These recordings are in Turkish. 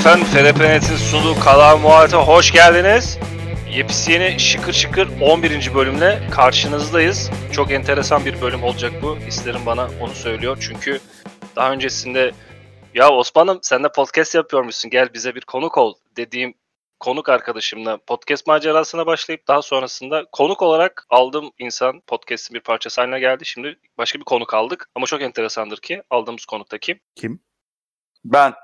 efendim, FRP.net'in sunduğu Kalan Muhabbet'e hoş geldiniz. Yepyeni şıkır şıkır 11. bölümle karşınızdayız. Çok enteresan bir bölüm olacak bu. Hislerim bana onu söylüyor. Çünkü daha öncesinde ya Osman'ım sen de podcast yapıyormuşsun, gel bize bir konuk ol dediğim konuk arkadaşımla podcast macerasına başlayıp daha sonrasında konuk olarak aldığım insan podcast'in bir parçası haline geldi. Şimdi başka bir konuk aldık ama çok enteresandır ki aldığımız konuk da kim? Kim? Ben.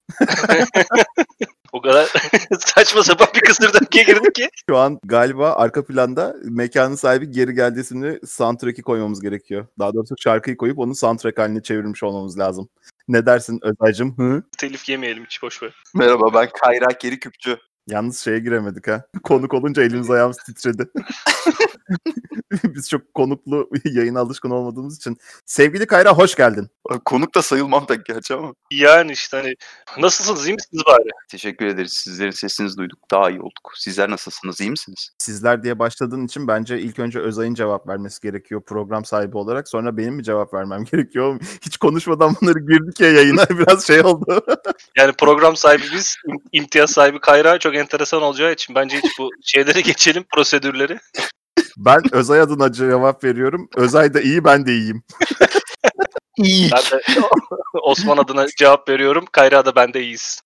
O kadar saçma sapan bir kısır döngüye girdik ki. Şu an galiba arka planda mekanın sahibi Geri Geldi isimli soundtrack'i koymamız gerekiyor. Daha doğrusu şarkıyı koyup onu soundtrack haline çevirmiş olmamız lazım. Ne dersin Özay'cığım? Hı? Telif yemeyelim hiç, boş ver. Merhaba, ben Kayra Geri Küpçü. Yalnız şeye giremedik ha. Konuk olunca elimiz ayağımız titredi. Biz çok konuklu yayına alışkın olmadığımız için. Sevgili Kayra, hoş geldin. Konuk da sayılmam pek gerçi ama. Yani işte hani nasılsınız, iyi misiniz bari? Teşekkür ederiz. Sizlerin sesinizi duyduk. Daha iyi olduk. Sizler nasılsınız? İyi misiniz? Sizler diye başladığın için bence ilk önce Özay'ın cevap vermesi gerekiyor program sahibi olarak. Sonra benim mi cevap vermem gerekiyor? Hiç konuşmadan bunları girdik ya yayına. Biraz şey oldu. Yani program sahibi biz, imtiyaz sahibi Kayra, çok enteresan olacağı için bence hiç bu şeyleri geçelim, prosedürleri. Ben Özay adına cevap veriyorum. Özay da iyi, ben de iyiyim. İyi. Ben de Osman adına cevap veriyorum. Kayra da ben de iyiyiz.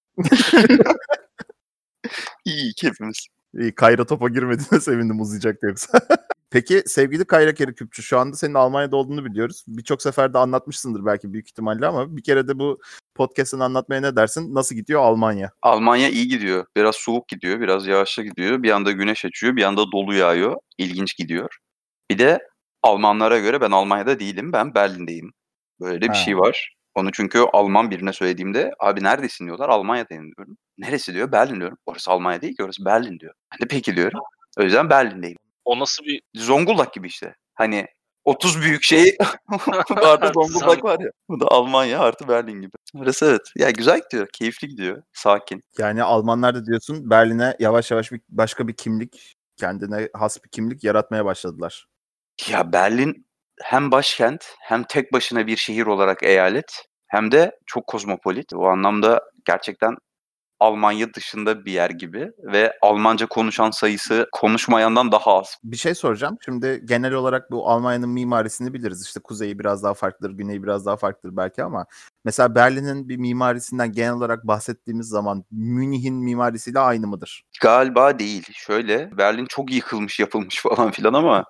İyi ki hepimiz. İyi, Kayra topa girmediğine sevindim, uzayacaktı yoksa. Peki sevgili Kayra Geri Küpçü, şu anda senin Almanya'da olduğunu biliyoruz. Birçok sefer de anlatmışsındır belki, büyük ihtimalle, ama bir kere de bu podcast'ın anlatmaya ne dersin? Nasıl gidiyor Almanya? Almanya iyi gidiyor. Biraz soğuk gidiyor. Biraz yağışlı gidiyor. Bir anda güneş açıyor. Bir anda dolu yağıyor. İlginç gidiyor. Bir de Almanlara göre ben Almanya'da değilim. Ben Berlin'deyim. Böyle de bir şey var. Onu çünkü Alman birine söylediğimde abi neredesin diyorlar. Almanya'dayım diyorum. Neresi diyor? Berlin diyorum. Orası Almanya değil ki, orası Berlin diyor. Ben de peki diyorum. O yüzden Berlin'deyim. O nasıl bir... Zonguldak gibi işte. Hani 30 büyük şey vardı, Zonguldak var ya. Bu da Almanya artı Berlin gibi. Orası evet. Ya güzel gidiyor. Keyifli gidiyor. Sakin. Yani Almanlar da diyorsun Berlin'e yavaş yavaş başka bir kimlik, kendine has bir kimlik yaratmaya başladılar. Ya Berlin hem başkent hem tek başına bir şehir olarak eyalet hem de çok kozmopolit. O anlamda gerçekten Almanya dışında bir yer gibi ve Almanca konuşan sayısı konuşmayandan daha az. Bir şey soracağım. Şimdi genel olarak bu Almanya'nın mimarisini biliriz. İşte kuzeyi biraz daha farklıdır, güneyi biraz daha farklıdır belki, ama mesela Berlin'in bir mimarisinden genel olarak bahsettiğimiz zaman Münih'in mimarisiyle aynı mıdır? Galiba değil. Şöyle, Berlin çok yıkılmış, yapılmış falan filan ama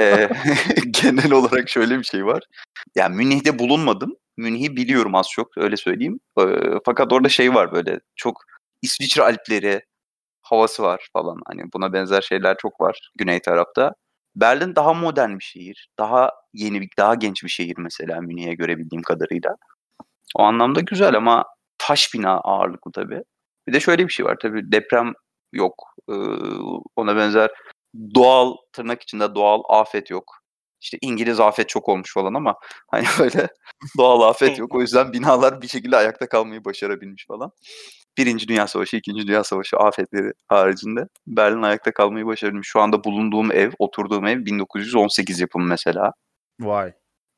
genel olarak şöyle bir şey var. Yani Münih'te bulunmadım. Münih'i biliyorum az çok, öyle söyleyeyim. Fakat orada şey var, böyle çok İsviçre Alpleri havası var falan. Hani buna benzer şeyler çok var güney tarafta. Berlin daha modern bir şehir. Daha yeni, daha genç bir şehir mesela Münih'e göre bildiğim kadarıyla. O anlamda güzel ama taş bina ağırlıklı tabii. Bir de şöyle bir şey var tabii, deprem yok. Ona benzer doğal, tırnak içinde doğal afet yok. İşte İngiliz afet çok olmuş falan ama hani böyle doğal afet yok. O yüzden binalar bir şekilde ayakta kalmayı başarabilmiş falan. Birinci Dünya Savaşı, İkinci Dünya Savaşı afetleri haricinde Berlin ayakta kalmayı başarabilmiş. Şu anda bulunduğum ev, oturduğum ev 1918 yapımı mesela. Vay.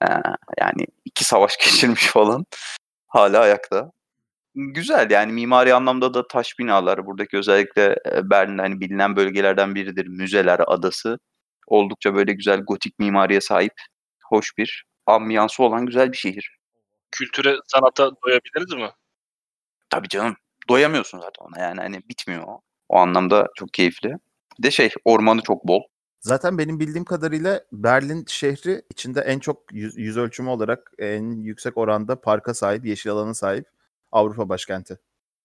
Yani 2 savaş geçirmiş falan. Hala ayakta. Güzel yani mimari anlamda da taş binalar. Buradaki özellikle Berlin'de hani bilinen bölgelerden biridir. Müzeler adası. Oldukça böyle güzel gotik mimariye sahip, hoş bir ambiyansı olan güzel bir şehir. Kültüre, sanata doyabiliriz mi? Tabii canım. Doyamıyorsun zaten ona yani hani bitmiyor o. O anlamda çok keyifli. Bir de ormanı çok bol. Zaten benim bildiğim kadarıyla Berlin şehri içinde en çok yüz ölçümü olarak en yüksek oranda parka sahip, yeşil alana sahip Avrupa başkenti.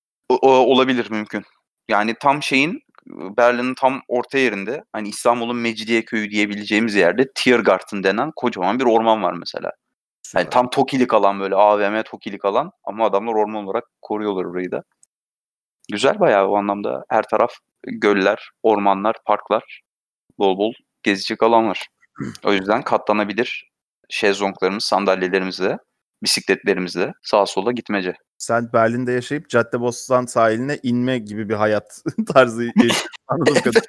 O olabilir, mümkün. Yani tam Berlin'in tam orta yerinde, hani İstanbul'un Mecidiyeköy'ü diyebileceğimiz yerde Tiergarten denen kocaman bir orman var mesela. Süper. Yani tam TOKİ'lik alan, böyle AVM TOKİ'lik alan ama adamlar orman olarak koruyorlar orayı da. Güzel bayağı o anlamda, her taraf göller, ormanlar, parklar, bol bol gezecek alan var. O yüzden katlanabilir şezlonglarımız, sandalyelerimizi, bisikletlerimizle sağa sola gitmece. Sen Berlin'de yaşayıp Caddebostan sahiline inme gibi bir hayat tarzı anladığım kadarıyla.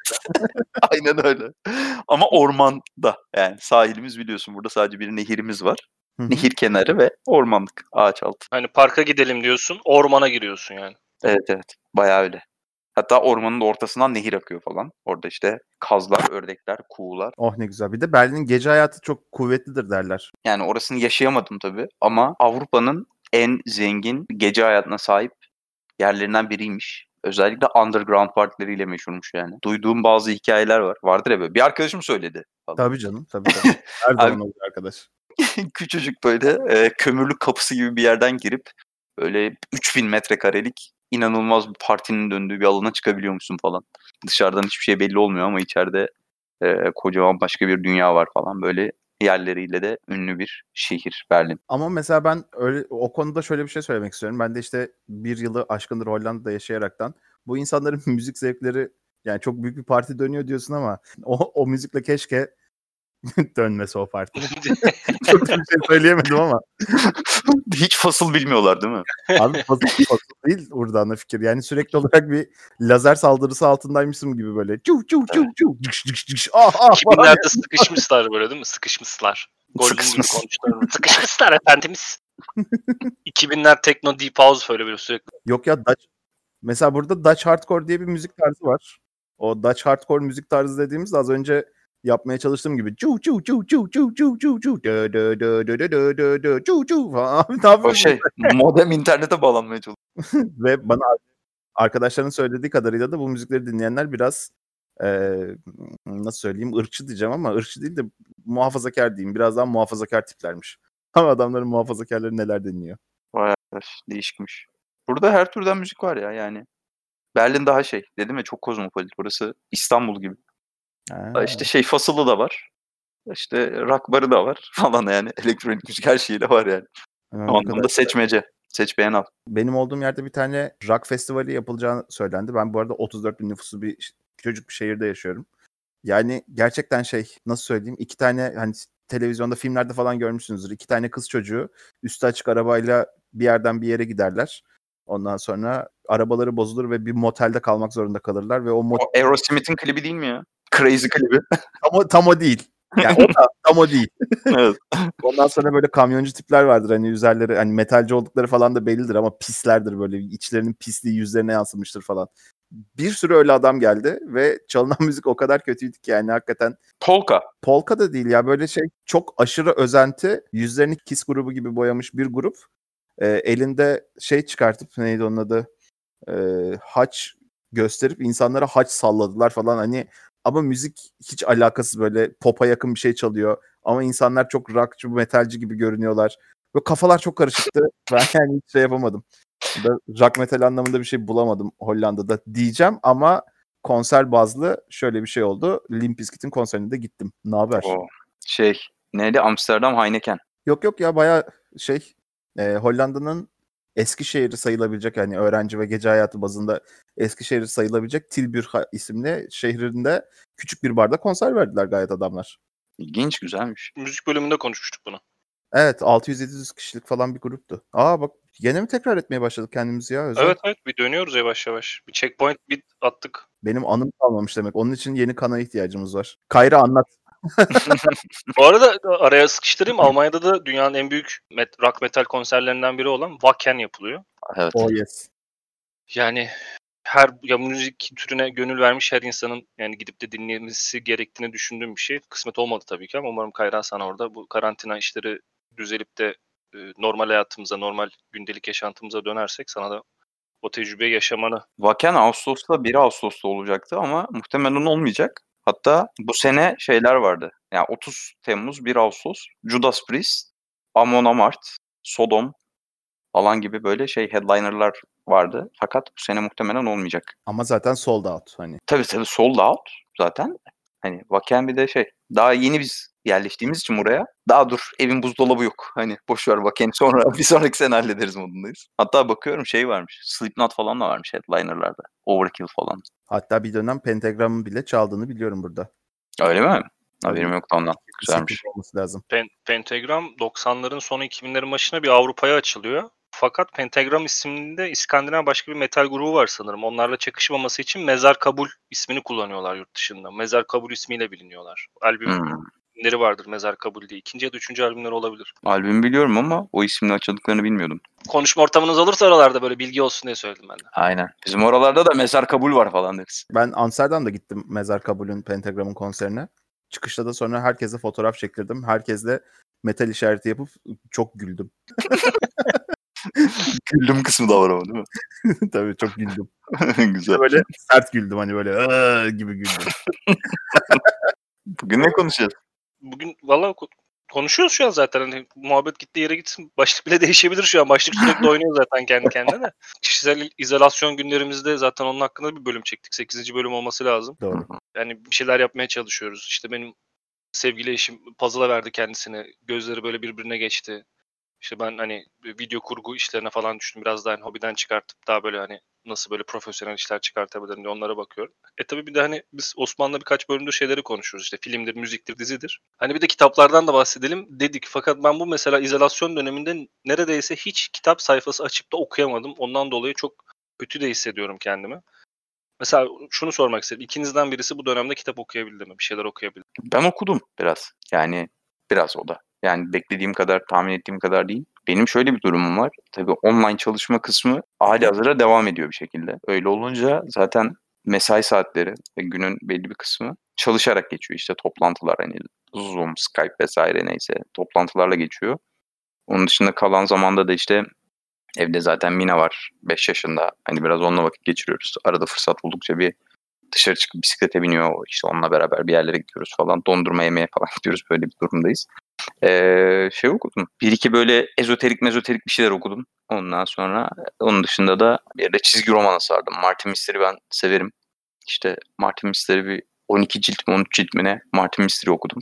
Aynen öyle. Ama ormanda, yani sahilimiz biliyorsun, burada sadece bir nehirimiz var. Hı hı. Nehir kenarı ve ormanlık, ağaç altı. Hani parka gidelim diyorsun, ormana giriyorsun yani. Evet. Bayağı öyle. Hatta ormanın da ortasından nehir akıyor falan. Orada işte kazlar, ördekler, kuğular. Oh ne güzel. Bir de Berlin'in gece hayatı çok kuvvetlidir derler. Yani orasını yaşayamadım tabii ama Avrupa'nın en zengin gece hayatına sahip yerlerinden biriymiş. Özellikle underground partileriyle meşhurmuş yani. Duyduğum bazı hikayeler var. Vardır ya böyle. Bir arkadaşım söyledi falan. Tabii canım. Tabii. Her Abi, zaman olur arkadaş. küçücük böyle kömürlük kapısı gibi bir yerden girip böyle 3000 metrekarelik inanılmaz bir partinin döndüğü bir alana çıkabiliyormuşsun falan. Dışarıdan hiçbir şey belli olmuyor ama içeride kocaman başka bir dünya var falan. Böyle yerleriyle de ünlü bir şehir Berlin. Ama mesela ben öyle o konuda şöyle bir şey söylemek istiyorum. Ben de işte bir yılı aşkındır Hollanda'da yaşayaraktan bu insanların müzik zevkleri yani çok büyük bir parti dönüyor diyorsun ama o müzikle keşke dönmesi o parti. Çok da bir şey söyleyemedim ama. Hiç fasıl bilmiyorlar değil mi? Abi fasıl değil burada ana fikir. Yani sürekli olarak bir lazer saldırısı altındaymışsın gibi böyle. Çuv çuv çuv çuv. Cıkş cıkş cıkş. Ah ah falan. 2000'lerde sıkışmışlar böyle değil mi? Sıkışmışlar. Gollum gibi Sıkışmış. konuştular. Sıkışmışlar efendimiz. 2000'ler techno deep house böyle sürekli. Yok ya mesela burada Dutch Hardcore diye bir müzik tarzı var. O Dutch Hardcore müzik tarzı dediğimiz az önce yapmaya çalıştığım gibi çu çu çu çu çu çu çu çu dö dö dö dö dö dö dö dö çu çu falan. Abi ne O yapıyorsun? modem internete bağlanmaya çalışıyor. Ve bana arkadaşların söylediği kadarıyla da bu müzikleri dinleyenler biraz nasıl söyleyeyim ırkçı diyeceğim ama ırkçı değil de muhafazakar diyeyim. Biraz daha muhafazakar tiplermiş. Ama adamların muhafazakarları neler dinliyor. Vay arkadaş, değişikmiş. Burada her türden müzik var ya yani. Berlin daha dedim ya çok kozmopolit. Burası İstanbul gibi. Ha, İşte fasılı da var. İşte rock barı da var falan yani. Elektronik müzik her şeyi de var yani. O ne kadar anlamda seçmece. Seç beğen al. Benim olduğum yerde bir tane rock festivali yapılacağı söylendi. Ben bu arada 34 bin nüfuslu bir küçücük bir şehirde yaşıyorum. Yani gerçekten nasıl söyleyeyim 2 tane hani televizyonda filmlerde falan görmüşsünüzdür. 2 tane kız çocuğu üstü açık arabayla bir yerden bir yere giderler. Ondan sonra arabaları bozulur ve bir motelde kalmak zorunda kalırlar ve o O Aerosmith'in klibi değil mi ya? Crazy klibi. tam o değil. Yani o da tam o değil. Evet. Ondan sonra böyle kamyoncu tipler vardır hani üzerleri hani metalci oldukları falan da bellidir ama pislerdir böyle içlerinin pisliği yüzlerine yansımıştır falan. Bir sürü öyle adam geldi ve çalınan müzik o kadar kötüydü ki yani hakikaten. Polka. Polka da değil ya böyle çok aşırı özenti yüzlerini Kiss grubu gibi boyamış bir grup. Elinde çıkartıp neydi onun adı haç gösterip insanlara haç salladılar falan hani ama müzik hiç alakasız böyle pop'a yakın bir şey çalıyor ama insanlar çok rockçı metalci gibi görünüyorlar. Böyle kafalar çok karışıktı. Ben yani hiç yapamadım. Rock metal anlamında bir şey bulamadım Hollanda'da diyeceğim ama konser bazlı şöyle bir şey oldu. Limp Bizkit'in konserine de gittim. Ne haber? O neydi? Amsterdam Heineken. Yok ya bayağı Hollanda'nın eski şehri sayılabilecek yani öğrenci ve gece hayatı bazında eski şehri sayılabilecek Tilburg isimli şehrinde küçük bir barda konser verdiler gayet adamlar. İlginç, güzelmiş. Müzik bölümünde konuşmuştuk bunu. Evet 600-700 kişilik falan bir gruptu. Aa bak yine mi tekrar etmeye başladık kendimizi ya Özel? Evet bir dönüyoruz yavaş yavaş. Bir checkpoint bir attık. Benim anım kalmamış demek. Onun için yeni kana ihtiyacımız var. Kayra anlat. Bu arada araya sıkıştırayım. Almanya'da da dünyanın en büyük rock metal konserlerinden biri olan Wacken yapılıyor. Evet. Oh yes. Yani müzik türüne gönül vermiş her insanın yani gidip de dinlemesi gerektiğini düşündüğüm bir şey. Kısmet olmadı tabii ki ama umarım Kayran sana orada bu karantina işleri düzelip de normal hayatımıza, normal gündelik yaşantımıza dönersek sana da o tecrübeyi yaşamanı. Wacken Ağustos'ta 1 Ağustos'ta olacaktı ama muhtemelen olmayacak. Hatta bu sene şeyler vardı. Yani 30 Temmuz 1 Ağustos Judas Priest, Amon Amarth, Sodom falan gibi böyle headliner'lar vardı. Fakat bu sene muhtemelen olmayacak. Ama zaten sold out hani. Tabii sold out zaten. Hani Wacken bir de daha yeni biz yerleştiğimiz için buraya. Daha dur evin buzdolabı yok. Hani boş ver Wacken'i sonra bir sonraki sene hallederiz modundayız. Hatta bakıyorum varmış. Slipknot falan da varmış headliner'larda. Overkill falan. Hatta bir dönem Pentagram'ın bile çaldığını biliyorum burada. Öyle mi? Haberim Tabii. yoktu ondan. Güzelmiş. Sürpriz olması lazım. Pentagram 90'ların sonu 2000'lerin başına bir Avrupa'ya açılıyor. Fakat Pentagram isminde İskandinav başka bir metal grubu var sanırım. Onlarla çakışmaması için Mezar Kabul ismini kullanıyorlar yurt dışında. Mezar Kabul ismiyle biliniyorlar. Albüm albümleri vardır Mezar Kabul diye. 2. ya da 3. albümleri olabilir. Albümü biliyorum ama o isimle açıldıklarını bilmiyordum. Konuşma ortamınız olursa oralarda böyle bilgi olsun diye söyledim ben de. Aynen. Bizim oralarda da Mezar Kabul var falan deriz. Ben Amsterdam'da gittim Mezar Kabul'ün Pentagram'ın konserine. Çıkışta da sonra herkese fotoğraf çektirdim. Herkesle metal işareti yapıp çok güldüm. Güldüm kısmı da var ama değil mi? Tabii çok güldüm. Güzel. Böyle sert güldüm hani böyle gibi güldüm. Bugün ne konuşacağız? Bugün valla konuşuyoruz şu an zaten. Hani muhabbet gittiği yere gitsin. Başlık bile değişebilir şu an. Başlık sürekli oynuyor zaten kendi kendine de. Kişisel izolasyon günlerimizde zaten onun hakkında bir bölüm çektik. 8. bölüm olması lazım. Doğru. Yani bir şeyler yapmaya çalışıyoruz. İşte benim sevgili eşim puzzle'a verdi kendisini. Gözleri böyle birbirine geçti. İşte ben hani video kurgu işlerine falan düştüm. Biraz daha hani hobiden çıkartıp daha böyle hani nasıl böyle profesyonel işler çıkartabilirim diye onlara bakıyorum. Tabii bir de hani biz Osman'la birkaç bölümde şeyleri konuşuyoruz. İşte filmdir, müziktir, dizidir. Hani bir de kitaplardan da bahsedelim dedik. Fakat ben bu mesela izolasyon döneminde neredeyse hiç kitap sayfası açıp da okuyamadım. Ondan dolayı çok kötü de hissediyorum kendimi. Mesela şunu sormak istedim. İkinizden birisi bu dönemde kitap okuyabildi mi? Bir şeyler okuyabildi mi? Ben okudum biraz. Yani biraz o da. Yani beklediğim kadar, tahmin ettiğim kadar değil. Benim şöyle bir durumum var. Tabii online çalışma kısmı halihazırda devam ediyor bir şekilde. Öyle olunca zaten mesai saatleri ve günün belli bir kısmı çalışarak geçiyor. İşte toplantılar hani Zoom, Skype vesaire neyse toplantılarla geçiyor. Onun dışında kalan zamanda da işte evde zaten Mina var 5 yaşında. Hani biraz onunla vakit geçiriyoruz. Arada fırsat buldukça bir dışarı çıkıp bisiklete biniyor. İşte onunla beraber bir yerlere gidiyoruz falan. Dondurma yemeye falan gidiyoruz. Böyle bir durumdayız. Şey okudum. Bir iki böyle ezoterik bir şeyler okudum. Ondan sonra onun dışında da bir de çizgi romana sardım. Martin Mystery ben severim. İşte Martin Mystery bir 12 cilt mi 13 cilt mi ne Martin Mystery okudum.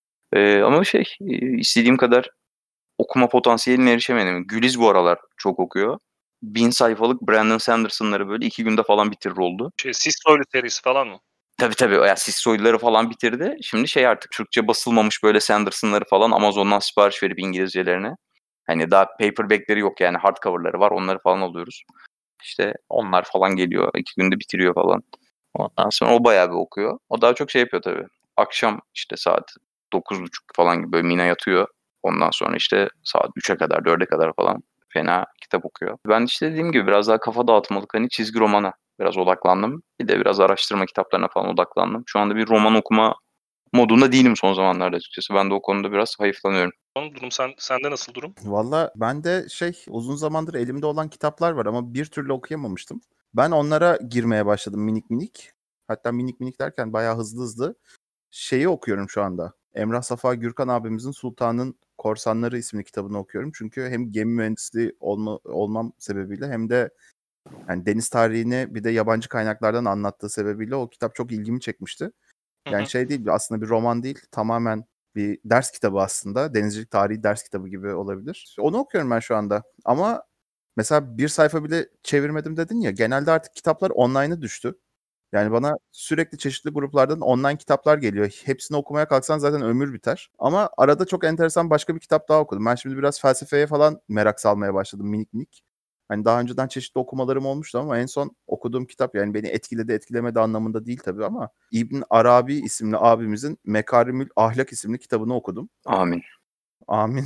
Ama istediğim kadar okuma potansiyeline erişemedim. Güliz bu aralar çok okuyor. 1000 sayfalık Brandon Sanderson'ları böyle 2 günde falan bitirir oldu. Sis Soylu serisi falan mı? Tabii. Ya Sis Soyluları falan bitirdi. Şimdi artık Türkçe basılmamış böyle Sanderson'ları falan Amazon'dan sipariş verip İngilizcelerine. Hani daha paperback'leri yok yani hardcover'ları var. Onları falan alıyoruz. İşte onlar falan geliyor. 2 günde bitiriyor falan. Ondan sonra o bayağı bir okuyor. O daha çok şey yapıyor tabii. Akşam işte saat 9.30 falan gibi böyle Mina yatıyor. Ondan sonra işte saat 3'e kadar 4'e kadar falan fena kitap okuyor. Ben işte dediğim gibi biraz daha kafa dağıtmalık hani çizgi romana biraz odaklandım. Bir de biraz araştırma kitaplarına falan odaklandım. Şu anda bir roman okuma modunda değilim son zamanlarda açıkçası. Ben de o konuda biraz hayıflanıyorum. Son durum sende nasıl durum? Valla ben de uzun zamandır elimde olan kitaplar var ama bir türlü okuyamamıştım. Ben onlara girmeye başladım minik minik. Hatta minik minik derken bayağı hızlı. Şeyi okuyorum şu anda. Emrah Safa Gürkan abimizin Sultan'ın Korsanları isimli kitabını okuyorum. Çünkü hem gemi mühendisliği olmam sebebiyle hem de yani deniz tarihini bir de yabancı kaynaklardan anlattığı sebebiyle o kitap çok ilgimi çekmişti. Yani değil aslında bir roman değil, tamamen bir ders kitabı aslında. Denizcilik tarihi ders kitabı gibi olabilir. Onu okuyorum ben şu anda. Ama mesela bir sayfa bile çevirmedim dedin ya. Genelde artık kitaplar online'a düştü. Yani bana sürekli çeşitli gruplardan online kitaplar geliyor. Hepsini okumaya kalksan zaten ömür biter. Ama arada çok enteresan başka bir kitap daha okudum. Ben şimdi biraz felsefeye falan merak salmaya başladım minik minik. Hani daha önceden çeşitli okumalarım olmuştu ama en son okuduğum kitap yani beni etkiledi etkilemedi anlamında değil tabii ama İbn Arabi isimli abimizin Mekarimül Ahlak isimli kitabını okudum. Amin. Amin.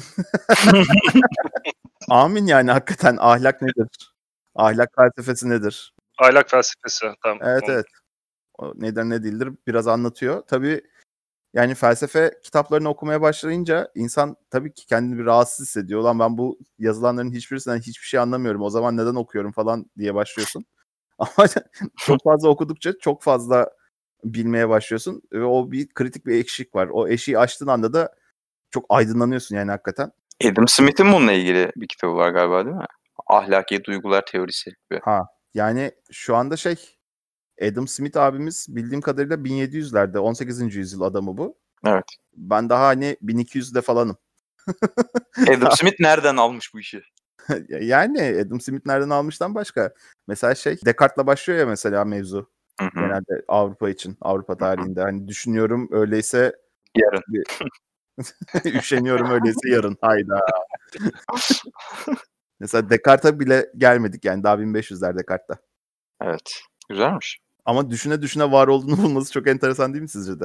Amin yani hakikaten ahlak nedir? Ahlak felsefesi nedir? Ahlak felsefesi. Tamam. Evet. O nedir ne değildir biraz anlatıyor. Tabii yani felsefe kitaplarını okumaya başlayınca insan tabii ki kendini bir rahatsız hissediyor. Ulan ben bu yazılanların hiçbirisinden hiçbir şey anlamıyorum. O zaman neden okuyorum falan diye başlıyorsun. Ama çok fazla okudukça çok fazla bilmeye başlıyorsun. Ve o bir kritik bir eşik var. O eşiği açtığın anda da çok aydınlanıyorsun yani hakikaten. Adam Smith'in bununla ilgili bir kitabı var galiba değil mi? Ahlaki duygular teorisi gibi. Yani şu anda Adam Smith abimiz bildiğim kadarıyla 1700'lerde 18. yüzyıl adamı bu. Evet. Ben daha hani 1200'de falanım. Adam Smith nereden almış bu işi? Yani Adam Smith nereden almıştan başka. Mesela Descartes'la başlıyor ya mesela mevzu. Hı-hı. Genelde Avrupa için, Avrupa tarihinde. Hani düşünüyorum öyleyse yarın. Üşeniyorum öyleyse yarın. Hayda. Mesela Descartes'a bile gelmedik yani daha 1500'ler Descartes'ta. Evet. Güzelmiş. Ama düşüne düşüne var olduğunu bulması çok enteresan değil mi sizce de?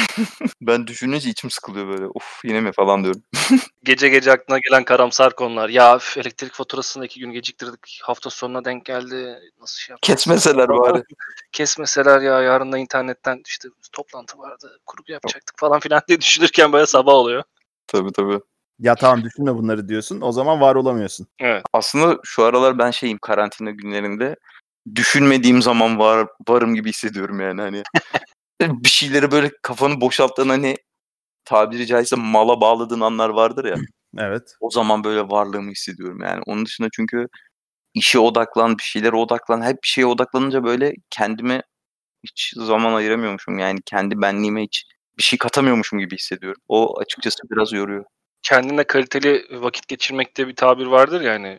Ben düşününce içim sıkılıyor böyle. Of yine mi falan diyorum. Gece gece aklına gelen karamsar konular. Ya elektrik faturasını 2 gün geciktirdik. Hafta sonuna denk geldi. Nasıl şey yapacağız? Kesmeseler bari. Kesmeseler ya, yarın da internetten işte toplantı vardı. Kurgu yapacaktık falan filan diye düşünürken böyle sabah oluyor. Tabii. Ya tamam düşünme bunları diyorsun. O zaman var olamıyorsun. Evet. Aslında şu aralar ben karantina günlerinde düşünmediğim zaman varım gibi hissediyorum yani hani. Bir şeyleri böyle kafanı boşalttığın hani tabiri caizse mala bağladığın anlar vardır ya. Evet. O zaman böyle varlığımı hissediyorum yani. Onun dışında çünkü işe odaklan, bir şeylere odaklan. Hep bir şeye odaklanınca böyle kendime hiç zaman ayıramıyormuşum. Yani kendi benliğime hiç bir şey katamıyormuşum gibi hissediyorum. O açıkçası biraz yoruyor. Kendine kaliteli vakit geçirmek diye bir tabir vardır ya hani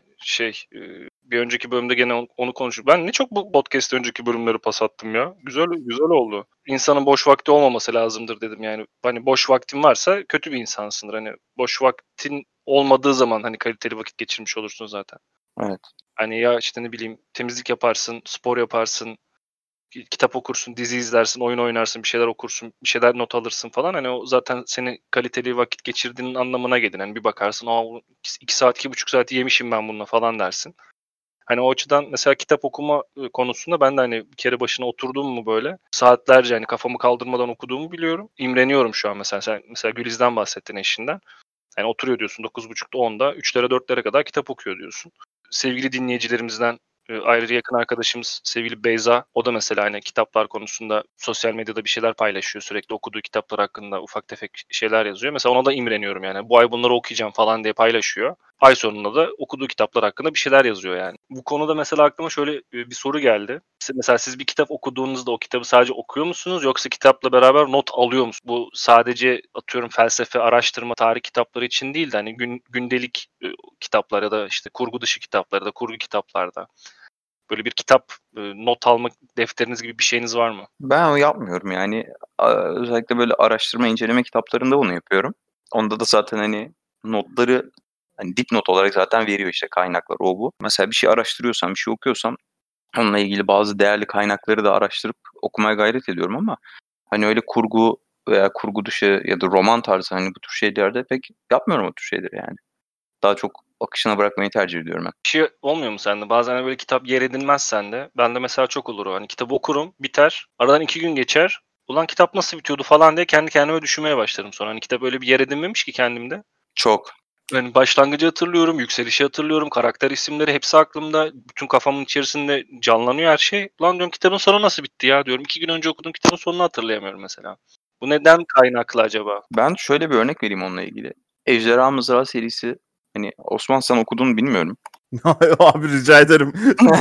bir önceki bölümde gene onu konuştuk. Ben ne çok bu podcast önceki bölümleri pas attım ya. Güzel oldu. İnsanın boş vakti olmaması lazımdır dedim yani. Hani boş vaktin varsa kötü bir insansındır. Hani boş vaktin olmadığı zaman hani kaliteli vakit geçirmiş olursun zaten. Evet. Hani ya işte ne bileyim temizlik yaparsın, spor yaparsın, kitap okursun, dizi izlersin, oyun oynarsın, bir şeyler okursun, bir şeyler not alırsın falan. Hani o zaten seni kaliteli vakit geçirdiğinin anlamına gelir. Hani bir bakarsın, 2 saat, 2,5 saat yemişim ben bununla falan dersin. Hani o açıdan mesela kitap okuma konusunda ben de hani bir kere başına oturdum mu böyle saatlerce hani kafamı kaldırmadan okuduğumu biliyorum. İmreniyorum şu an mesela. Sen mesela Güliz'den bahsettin, eşinden. Yani oturuyor diyorsun 9.30'da 10'da 3'lere 4'lere kadar kitap okuyor diyorsun. Sevgili dinleyicilerimizden ayrıca yakın arkadaşımız sevgili Beyza, o da mesela hani kitaplar konusunda sosyal medyada bir şeyler paylaşıyor. Sürekli okuduğu kitaplar hakkında ufak tefek şeyler yazıyor. Mesela ona da imreniyorum yani. Bu ay bunları okuyacağım falan diye paylaşıyor. Ay sonunda da okuduğu kitaplar hakkında bir şeyler yazıyor yani. Bu konuda mesela aklıma şöyle bir soru geldi. Mesela siz bir kitap okuduğunuzda o kitabı sadece okuyor musunuz yoksa kitapla beraber not alıyor musunuz? Bu sadece atıyorum felsefe, araştırma, tarih kitapları için değil de hani gündelik kitaplar ya da işte kurgu dışı kitaplar ya da kurgu kitaplarda böyle bir kitap not almak defteriniz gibi bir şeyiniz var mı? Ben o yapmıyorum yani. Özellikle böyle araştırma, inceleme kitaplarında bunu yapıyorum. Onda da zaten hani notları hani dipnot olarak zaten veriyor işte kaynaklar o bu. Mesela bir şey araştırıyorsam, bir şey okuyorsam onunla ilgili bazı değerli kaynakları da araştırıp okumaya gayret ediyorum ama hani öyle kurgu veya kurgu dışı ya da roman tarzı hani bu tür şeylerde pek yapmıyorum o tür şeyleri yani. Daha çok akışına bırakmayı tercih ediyorum ben. Bir şey olmuyor mu sende? Bazen hani böyle kitap yer edinmez sende. Bende mesela çok olur o. Hani kitabı okurum, biter. Aradan 2 gün geçer. Ulan kitap nasıl bitiyordu falan diye kendi kendime düşünmeye başlarım sonra. Hani kitap öyle bir yer edinmemiş ki kendimde. Çok. Yani başlangıcı hatırlıyorum, yükselişi hatırlıyorum, karakter isimleri hepsi aklımda. Bütün kafamın içerisinde canlanıyor her şey. Ulan diyorum kitabın sonu nasıl bitti ya diyorum. 2 gün önce okuduğum kitabın sonunu hatırlayamıyorum mesela. Bu neden kaynaklı acaba? Ben şöyle bir örnek vereyim onunla ilgili. Ejderha Mızrağı serisi hani Osman sen okudun mu bilmiyorum. Abi rica ederim.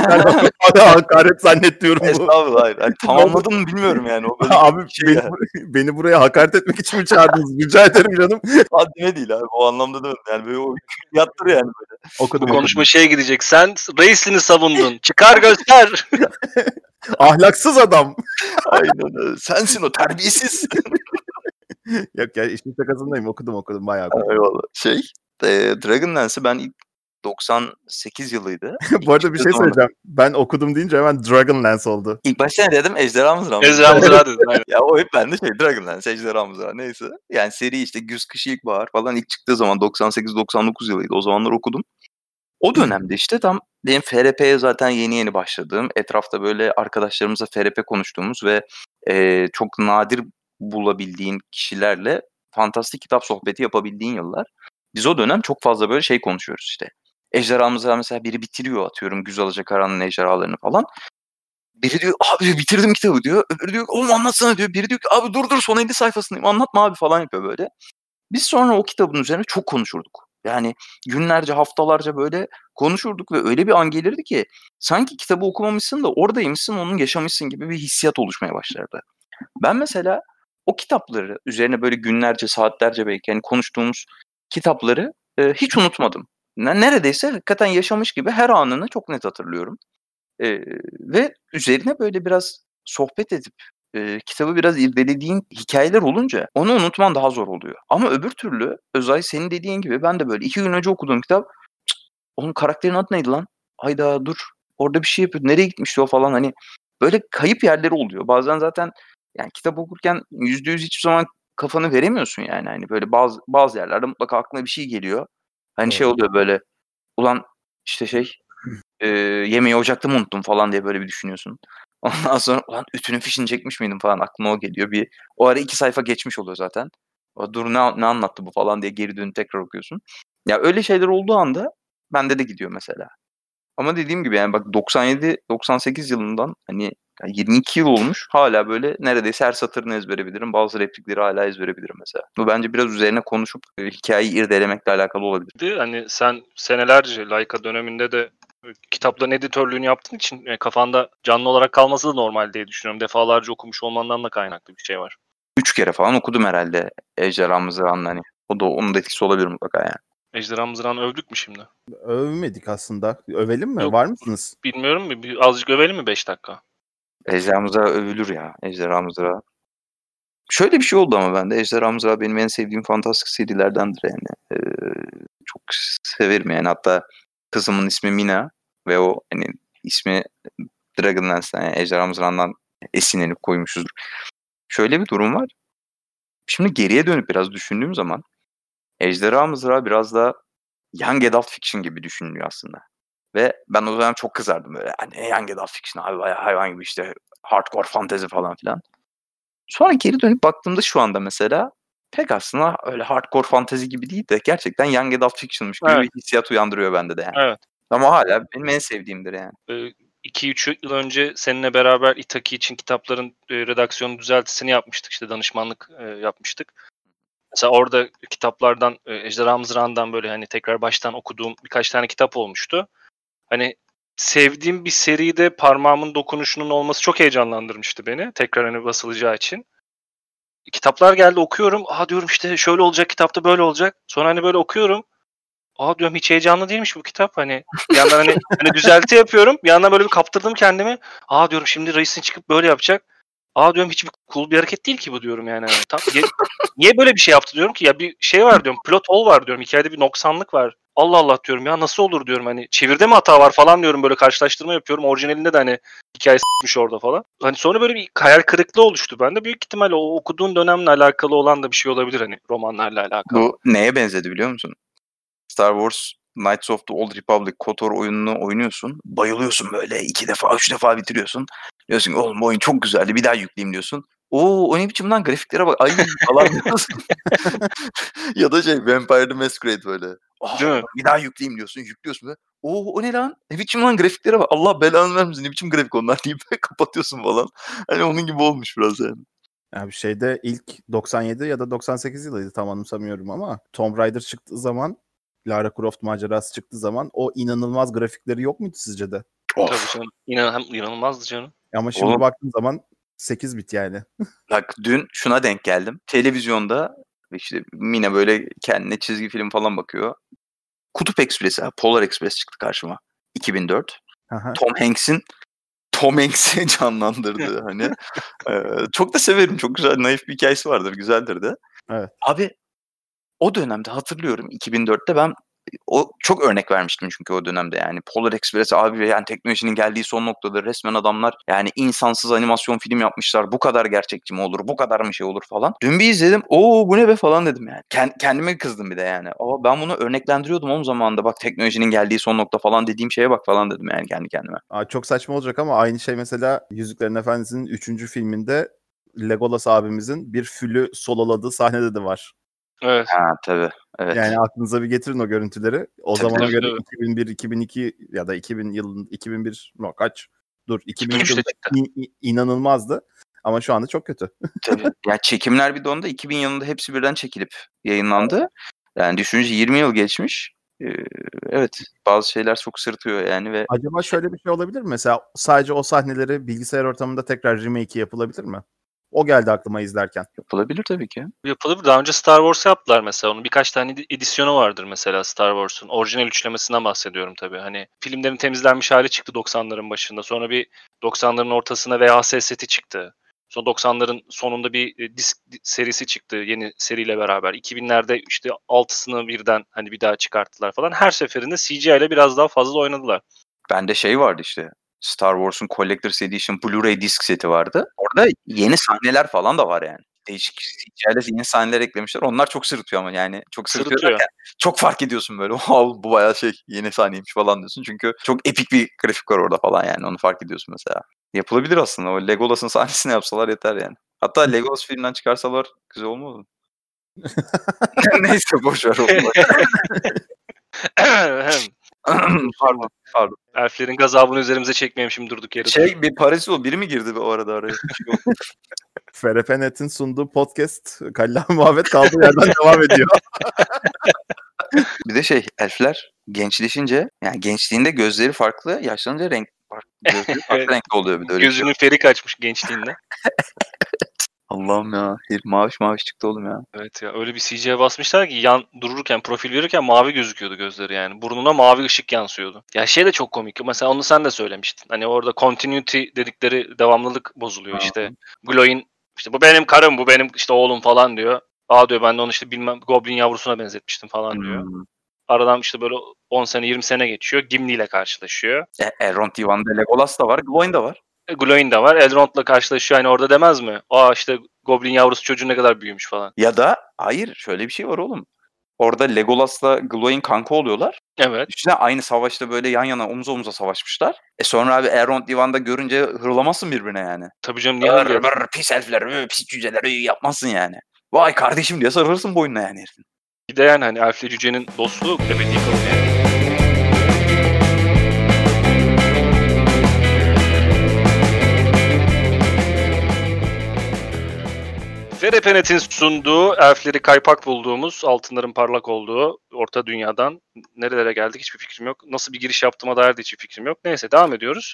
Ben hakaret zannetmiyorum bu. Estağfurullah hayır. Hani tamamladın mı bilmiyorum yani. O böyle Abi bir şey yani. beni buraya hakaret etmek için mi çağırdınız? Rica ederim canım. Haddime değil abi. O anlamda demedim. Yani böyle o yattır yani böyle. Bu Okudum. konuşma şeye gidecek. Sen reisini savundun. Çıkar göster. Ahlaksız adam. Aynen öyle. Sensin o terbiyesiz. Yok ya işin şakasındayım. Okudum bayağı okudum. Eyvallah. Dragonlance'ı ben ilk 98 yılıydı. Bu arada bir çıktığı şey zaman- söyleyeceğim. Ben okudum deyince hemen Dragonlance oldu. İlk başta ne dedim? Ejderha Mızrağı mı? Ezra Mızrağı dedin. Aynen. Ya o hep bende Dragonlance, Ejderha Mızrağı neyse. Yani seri işte Güz Kış İlkbahar falan ilk çıktığı zaman 98-99 yılıydı. O zamanlar okudum. O dönemde işte tam benim FRP'ye zaten yeni başladığım, etrafta böyle arkadaşlarımızla FRP konuştuğumuz ve çok nadir bulabildiğin kişilerle fantastik kitap sohbeti yapabildiğin yıllar. Biz o dönem çok fazla böyle şey konuşuyoruz işte. Ejderha Mızrağı mesela biri bitiriyor atıyorum Güz Alacakaranlı'nın ejderhalarını falan. Biri diyor abi bitirdim kitabı diyor. Öbürü diyor oğlum anlatsana diyor. Biri diyor ki abi dur son 50 sayfasındayım anlatma abi falan yapıyor böyle. Biz sonra o kitabın üzerine çok konuşurduk. Yani günlerce haftalarca böyle konuşurduk ve öyle bir an gelirdi ki sanki kitabı okumamışsın da oradaymışsın onu yaşamışsın gibi bir hissiyat oluşmaya başlardı. Ben mesela o kitapları üzerine böyle günlerce saatlerce belki yani konuştuğumuz kitapları hiç unutmadım. Neredeyse hakikaten yaşamış gibi her anını çok net hatırlıyorum. Ve üzerine böyle biraz sohbet edip, kitabı biraz irdelediğin hikâyeler olunca onu unutman daha zor oluyor. Ama öbür türlü Özay senin dediğin gibi ben de böyle 2 gün önce okuduğum kitap, "Cık, oğlum karakterin adı neydi lan? Hayda dur, orada bir şey yapıyordu, nereye gitmişti o?" falan hani böyle kayıp yerleri oluyor. Bazen zaten yani kitap okurken %100 hiçbir zaman kafanı veremiyorsun yani. Hani böyle bazı yerlerde mutlaka aklına bir şey geliyor. Hani şey Doğru. oluyor böyle, ulan işte yemeği ocakta mı unuttum falan diye böyle bir düşünüyorsun. Ondan sonra ulan ütünün fişini çekmiş miydim falan, aklıma o geliyor. O ara 2 sayfa geçmiş oluyor zaten. Dur ne anlattı bu falan diye geri dönüp tekrar okuyorsun. Ya öyle şeyler olduğu anda bende de gidiyor mesela. Ama dediğim gibi yani bak 97-98 yılından hani 22 yıl olmuş, hala böyle neredeyse her satırını ezbere bilirim. Bazı replikleri hala ezbere bilirim mesela. Bu bence biraz üzerine konuşup hikayeyi irdelemekle alakalı olabilir. Hani sen senelerce Laika döneminde de kitapların editörlüğünü yaptığın için kafanda canlı olarak kalması da normal diye düşünüyorum. Defalarca okumuş olmandan da kaynaklı bir şey var. 3 kere falan okudum herhalde Ejderha Mızrağı'nı hani. Onun da etkisi olabilir mutlaka yani. Ejderha Mızrağı'nı övdük mü şimdi? Övmedik aslında. Övelim mi? Yok, Var mısınız? bilmiyorum mu? Azıcık övelim mi 5 dakika? Ejderha Mızrağı övülür ya. Ejderha Mızrağı. Şöyle bir şey oldu ama bende. Ejderha Mızrağı benim en sevdiğim fantastik serilerdendir yani. Çok severim yani. Hatta kızımın ismi Mina ve o hani ismi Dragonlance'den yani Ejderha Mızrağı'ndan esinlenip koymuşuzdur. Şöyle bir durum var. Şimdi geriye dönüp biraz düşündüğüm zaman Ejderha Mızrağı biraz da young adult fiction gibi düşünülüyor aslında. Ve ben o zaman çok kızardım böyle. Hani young adult fiction abi, bayağı hayvan gibi işte hardcore fantezi falan filan. Sonra geri dönüp baktığımda şu anda mesela pek aslında öyle hardcore fantezi gibi değil de gerçekten young adult fiction'mış gibi Evet. bir hissiyat uyandırıyor bende de yani. Evet. Ama hala benim en sevdiğimdir yani. 2-3 yıl önce seninle beraber Itaki için kitapların redaksiyonu düzeltisini yapmıştık. İşte danışmanlık yapmıştık. Mesela orada kitaplardan Ejderha Mızrağı'ndan böyle hani tekrar baştan okuduğum birkaç tane kitap olmuştu. Hani sevdiğim bir seride parmağımın dokunuşunun olması çok heyecanlandırmıştı beni. Tekrar hani basılacağı için. Kitaplar geldi okuyorum. Diyorum işte şöyle olacak, kitapta böyle olacak. Sonra hani böyle okuyorum. Diyorum hiç heyecanlı değilmiş bu kitap. Hani bir yandan hani düzelti yapıyorum. Bir yandan böyle bir kaptırdım kendimi. Diyorum şimdi reisin çıkıp böyle yapacak. Diyorum hiçbir cool bir hareket değil ki bu diyorum yani. Hani niye böyle bir şey yaptı diyorum ki, ya bir şey var diyorum. Plot hole var diyorum. Hikayede bir noksanlık var. Allah Allah diyorum ya, nasıl olur diyorum, hani çeviride mi hata var falan diyorum, böyle karşılaştırma yapıyorum. Orijinalinde de hani hikaye s**miş orada falan. Hani sonra böyle bir hayal kırıklığı oluştu bende. Büyük ihtimalle o okuduğun dönemle alakalı olan da bir şey olabilir, hani romanlarla alakalı. Bu neye benzedi biliyor musun? Star Wars Knights of the Old Republic KOTOR oyununu oynuyorsun. Bayılıyorsun böyle 2 defa 3 defa bitiriyorsun. Diyorsun ki oğlum oyun çok güzeldi, bir daha yükleyeyim diyorsun. O ne biçim lan, grafiklere bak ay falan diyorsun. Ya da Vampire the Masquerade böyle. Değil mi? Bir daha yükleyeyim diyorsun. Yüklüyorsun böyle. O ne lan? Ne biçim lan grafiklere bak. Allah belanı vermesin. Ne biçim grafik onlar deyip kapatıyorsun falan. Hani onun gibi olmuş biraz yani. Yani şeyde ilk 97 ya da 98 yılıydı, tam anımsamıyorum ama Tomb Raider çıktığı zaman, Lara Croft macerası çıktığı zaman o inanılmaz grafikleri yok muydu sizce de? Tabii canım. İnanılmazdı canım. Ama şimdi Oğlum, baktığın zaman 8 bit yani. bak dün şuna denk geldim. Televizyonda işte Mina böyle kendine çizgi film falan bakıyor. Kutup Ekspresi, Polar Express çıktı karşıma. 2004. Aha. Tom Hanks'i canlandırdı hani. Çok da severim. Çok güzel, naif bir hikayesi vardır. Güzeldir de. Evet. Abi o dönemde hatırlıyorum 2004'te ben çok örnek vermiştim çünkü o dönemde yani Polar Express abi, yani teknolojinin geldiği son noktada resmen adamlar yani insansız animasyon film yapmışlar. Bu kadar gerçekçi mi olur? Bu kadar mı şey olur falan. Dün bir izledim. Bu ne be falan dedim yani. Kendime kızdım bir de yani. Ben bunu örneklendiriyordum o zamanında. Bak teknolojinin geldiği son nokta falan dediğim şeye bak falan dedim yani kendi kendime. Çok saçma olacak ama aynı şey mesela Yüzüklerin Efendisi'nin 3. filminde Legolas abimizin bir fülü sololadığı sahnede de var. Evet. Tabii. Evet. Yani aklınıza bir getirin o görüntüleri. O Tabii, zamana tabii, göre tabii. 2001, 2002 ya da 2000 yılın 2001 kaç? Dur, 2003 2003'te yılında çıktı. inanılmazdı ama şu anda çok kötü. Tabii. Ya çekimler bir de onda 2000 yılında hepsi birden çekilip yayınlandı. Yani düşününce 20 yıl geçmiş. Evet, bazı şeyler çok sırıtıyor yani ve Acaba şöyle bir şey olabilir mi? Mesela sadece o sahneleri bilgisayar ortamında tekrar remake'i yapılabilir mi? O geldi aklıma izlerken. yapılabilir tabii ki. Yapılabilir. Daha önce Star Wars yaptılar mesela. Onun birkaç tane edisyonu vardır mesela Star Wars'un. Orijinal üçlemesinden bahsediyorum tabii. Hani filmlerin temizlenmiş hali çıktı 90'ların başında. Sonra bir 90'ların ortasına VHS seti çıktı. Sonra 90'ların sonunda bir disk serisi çıktı yeni seriyle beraber. 2000'lerde işte 6'sını birden hani bir daha çıkarttılar falan. Her seferinde CGI ile biraz daha fazla oynadılar. Bende şey vardı işte. Star Wars'un Collector's Edition Blu-ray disk seti vardı. Orada yeni sahneler falan da var yani. Değişik hikâyeler, yeni sahneler eklemişler. Onlar çok sırıtıyor ama yani çok sırıtıyor Sırıtıyor. derken çok fark ediyorsun böyle. Wow, bu bayağı yeni sahneymiş falan diyorsun. Çünkü çok epik bir grafik var orada falan yani. Onu fark ediyorsun mesela. Yapılabilir aslında. O Legolas'ın sahnesini yapsalar yeter yani. Hatta Legolas filmden çıkarsalar güzel olmaz mı? Neyse boşver onu. Pardon. Elflerin gazabını üzerimize çekmeyelim şimdi durduk yere. Bir Paris o biri mi girdi o arada araya? Ferepenet'in sunduğu podcast Kalla Muhabbet kaldığı yerden devam ediyor. Bir de elfler gençleşince yani gençliğinde gözleri farklı, yaşlanınca gözleri farklı renkli oluyor bir de öyle. Gözünün feri kaçmış gençliğinde. Allah'ım ya. Maviş çıktı oğlum ya. Evet ya öyle bir CG'ye basmışlar ki dururken profil verirken mavi gözüküyordu gözleri yani. Burnuna mavi ışık yansıyordu. Ya de çok komik. Mesela onu sen de söylemiştin. Hani orada continuity dedikleri devamlılık bozuluyor işte. Glow'in işte bu benim karım, bu benim işte oğlum falan diyor. Diyor ben de onu işte bilmem Goblin yavrusuna benzetmiştim falan diyor. Aradan işte böyle 10 sene 20 sene geçiyor. Gimli ile karşılaşıyor. Elrond Divan'da Legolas da var, Glow'in de var. Glow'in de var. Elrond'la karşılaşıyor. Hani orada demez mi? İşte Goblin yavrusu çocuğu ne kadar büyümüş falan. Ya da hayır şöyle bir şey var oğlum. Orada Legolas'la Glow'in kanka oluyorlar. Evet. Düşünsene aynı savaşta böyle yan yana omuz omuza savaşmışlar. Sonra abi Elrond Divan'da görünce hırlamazsın birbirine yani. Tabii canım niye hırlayalım? Pis elfler, pis cüceler yapmazsın yani. Vay kardeşim diye sarılırsın boynuna yani herifin. Bir de yani hani elfle cücenin dostluğu ebedi kalır yani. Ferepenet'in sunduğu, elfleri kaypak bulduğumuz, altınların parlak olduğu orta dünyadan nerelere geldik hiçbir fikrim yok. Nasıl bir giriş yaptığıma dair de hiçbir fikrim yok. Neyse devam ediyoruz.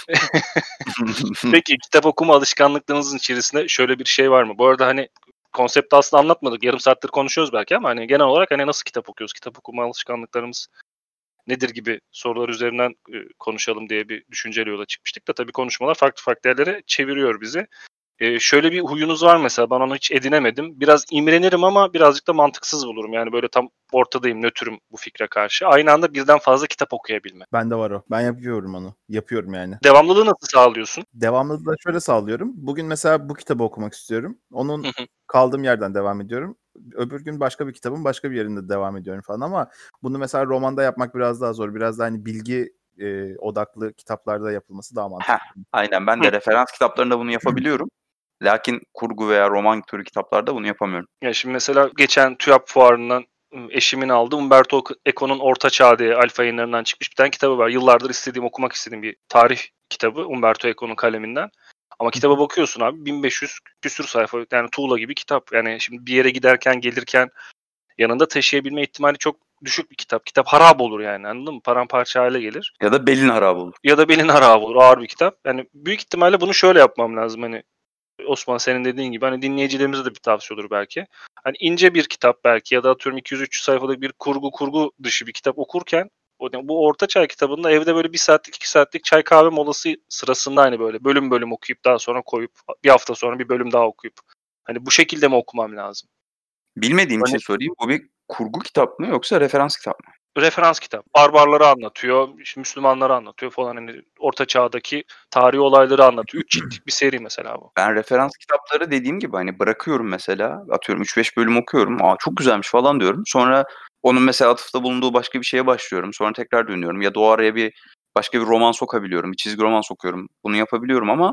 Peki kitap okuma alışkanlıklarınızın içerisinde şöyle bir şey var mı? Bu arada hani konsepti aslında anlatmadık. Yarım saattir konuşuyoruz belki ama hani genel olarak hani nasıl kitap okuyoruz? Kitap okuma alışkanlıklarımız nedir gibi sorular üzerinden konuşalım diye bir düşünceyle yola çıkmıştık da tabii konuşmalar farklı yerlere çeviriyor bizi. Şöyle bir huyunuz var mesela ben onu hiç edinemedim. Biraz imrenirim ama birazcık da mantıksız bulurum. Yani böyle tam ortadayım, nötrüm bu fikre karşı. Aynı anda birden fazla kitap okuyabilme. Bende var o. Ben yapıyorum onu. Yapıyorum yani. Devamlılığı nasıl sağlıyorsun? Devamlılığı da şöyle sağlıyorum. Bugün mesela bu kitabı okumak istiyorum. Onun kaldığım yerden devam ediyorum. Öbür gün başka bir kitabın başka bir yerinde devam ediyorum falan ama bunu mesela romanda yapmak biraz daha zor. Biraz daha hani bilgi odaklı kitaplarda yapılması daha mantıklı. Aynen ben de referans kitaplarında bunu yapabiliyorum. Lakin kurgu veya roman türü kitaplarda bunu yapamıyorum. Ya şimdi mesela geçen TÜYAP fuarından eşimin aldığı Umberto Eco'nun Orta Çağ diye Alfa Yayınları'ndan çıkmış bir tane kitabı var. Yıllardır okumak istediğim bir tarih kitabı Umberto Eco'nun kaleminden. Ama kitaba bakıyorsun abi 1500 küsür sayfa yani tuğla gibi kitap. Yani şimdi bir yere giderken gelirken yanında taşıyabilme ihtimali çok düşük bir kitap. Kitap harap olur yani anladın mı? Paramparça hale gelir. Ya da belin harap olur. Ya da belin harap olur. Ağır bir kitap. Yani büyük ihtimalle bunu şöyle yapmam lazım. Hani Osman senin dediğin gibi hani dinleyicilerimize de bir tavsiye olur belki. Hani ince bir kitap belki ya da atıyorum 200-300 sayfalık bir kurgu dışı bir kitap okurken bu Orta Çağ kitabında evde böyle 1 saatlik 2 saatlik çay kahve molası sırasında hani böyle bölüm okuyup daha sonra koyup bir hafta sonra bir bölüm daha okuyup hani bu şekilde mi okumam lazım? Bilmediğim için söyleyeyim. Bu bir kurgu kitap mı yoksa referans kitap mı? Referans kitap. Barbarları anlatıyor, işte Müslümanları anlatıyor falan. Hani Orta Çağ'daki tarihi olayları anlatıyor. 3 ciltlik bir seri mesela bu. Ben referans kitapları dediğim gibi hani bırakıyorum mesela. Atıyorum 3-5 bölüm okuyorum. Çok güzelmiş falan diyorum. Sonra onun mesela atıfta bulunduğu başka bir şeye başlıyorum. Sonra tekrar dönüyorum. Ya da o araya başka bir roman sokabiliyorum. Bir çizgi roman sokuyorum. Bunu yapabiliyorum ama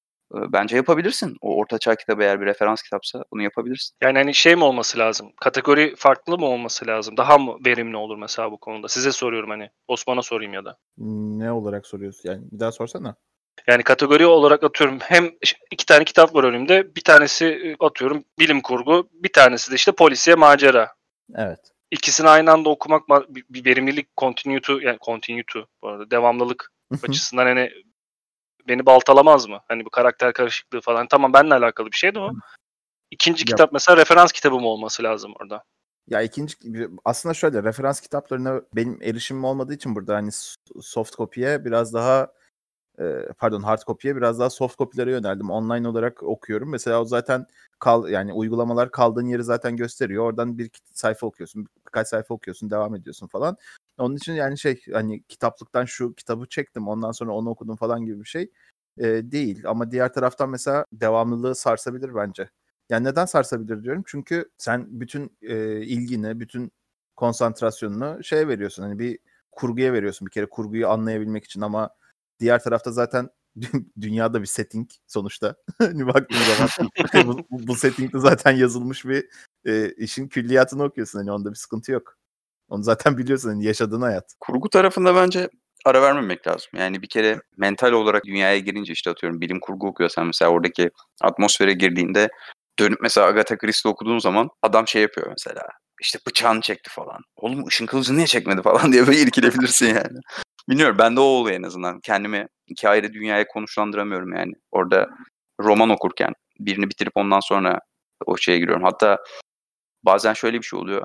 bence yapabilirsin. O Orta Çağ kitabı eğer bir referans kitapsa bunu yapabilirsin. Yani hani mi olması lazım? Kategori farklı mı olması lazım? Daha mı verimli olur mesela bu konuda? Size soruyorum hani. Osman'a sorayım ya da. Ne olarak soruyorsun? Yani bir daha sorsana. Yani kategori olarak atıyorum hem 2 tane kitap var önümde. Bir tanesi atıyorum bilim kurgu. Bir tanesi de işte polisiye macera. Evet. İkisini aynı anda okumak bir verimlilik continuity bu arada devamlılık açısından hani beni baltalamaz mı? Hani bu karakter karışıklığı falan. Tamam benimle alakalı bir şey de o. İkinci kitap mesela referans kitabı mı olması lazım orada? Ya aslında şöyle referans kitaplarına benim erişimim olmadığı için burada hani soft copy'ye biraz daha hard copy'ye biraz daha soft copy'lere yöneldim. Online olarak okuyorum. Mesela o zaten yani uygulamalar kaldığın yeri zaten gösteriyor. Oradan bir sayfa okuyorsun. birkaç sayfa okuyorsun, devam ediyorsun falan. Onun için yani hani kitaplıktan şu kitabı çektim, ondan sonra onu okudum falan gibi bir şey değil. Ama diğer taraftan mesela devamlılığı sarsabilir bence. Yani neden sarsabilir diyorum? Çünkü sen bütün ilgini, bütün konsantrasyonunu veriyorsun. Hani bir kurguya veriyorsun bir kere, kurguyu anlayabilmek için, ama diğer tarafta zaten dünyada bir setting sonuçta. Hani baktığın zaman bu settingde zaten yazılmış bir işin külliyatını okuyorsun. Hani onda bir sıkıntı yok. Onu zaten biliyorsun, hani yaşadığın hayat. Kurgu tarafında bence ara vermemek lazım. Yani bir kere mental olarak dünyaya girince, işte atıyorum bilim kurgu okuyorsan mesela, oradaki atmosfere girdiğinde dönüp mesela Agatha Christie okuduğun zaman adam yapıyor mesela. İşte bıçağını çekti falan. Oğlum ışın kılıcını niye çekmedi falan diye böyle irkilebilirsin yani. Bilmiyorum, bende o oluyor en azından. Kendimi iki ayrı dünyaya konuşlandıramıyorum yani. Orada roman okurken birini bitirip ondan sonra o giriyorum. Hatta bazen şöyle bir şey oluyor.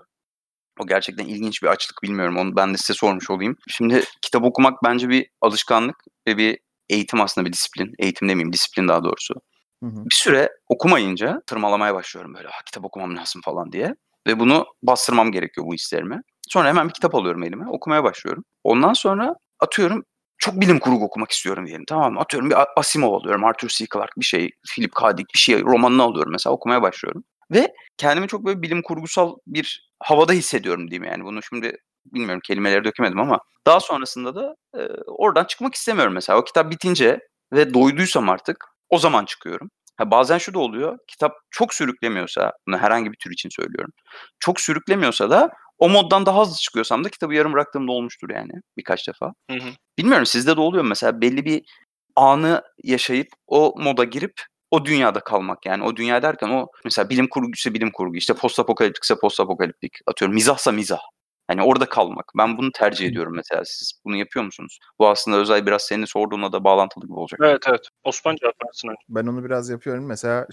O gerçekten ilginç bir açlık, bilmiyorum. Onu ben de size sormuş olayım. Şimdi kitap okumak bence bir alışkanlık ve bir eğitim, aslında bir disiplin. Eğitim demeyeyim, disiplin daha doğrusu. Hı hı. Bir süre okumayınca tırmalamaya başlıyorum böyle. Kitap okumam lazım falan diye. Ve bunu bastırmam gerekiyor, bu hislerimi. Sonra hemen bir kitap alıyorum elime. Okumaya başlıyorum. Ondan sonra atıyorum çok bilim kurgu okumak istiyorum diyelim. Tamam mı? Atıyorum bir Asimov alıyorum. Arthur C. Clarke bir şey. Philip K. Dick bir şey. Romanını alıyorum mesela. Okumaya başlıyorum. Ve kendimi çok böyle bilim kurgusal bir havada hissediyorum diyeyim yani. Bunu şimdi bilmiyorum, kelimeleri dökemedim ama daha sonrasında da oradan çıkmak istemiyorum mesela. O kitap bitince ve doyduysam artık o zaman çıkıyorum. Bazen şu da oluyor. Kitap çok sürüklemiyorsa, bunu herhangi bir tür için söylüyorum. Çok sürüklemiyorsa da o moddan daha hızlı çıkıyorsam da kitabı yarım bıraktığımda olmuştur yani birkaç defa. Hı hı. Bilmiyorum, sizde de oluyor mu mesela, belli bir anı yaşayıp o moda girip o dünyada kalmak, yani o dünya derken o mesela bilim kurguysa bilim kurgu, işte post apokaliptikse post apokaliptik, atıyorum mizahsa mizah. Hani orada kalmak. Ben bunu tercih ediyorum mesela. Siz bunu yapıyor musunuz? Bu aslında özel, biraz senin sorduğunla da bağlantılı gibi olacak. Evet. Osman cevap versin önce. Ben onu biraz yapıyorum. Mesela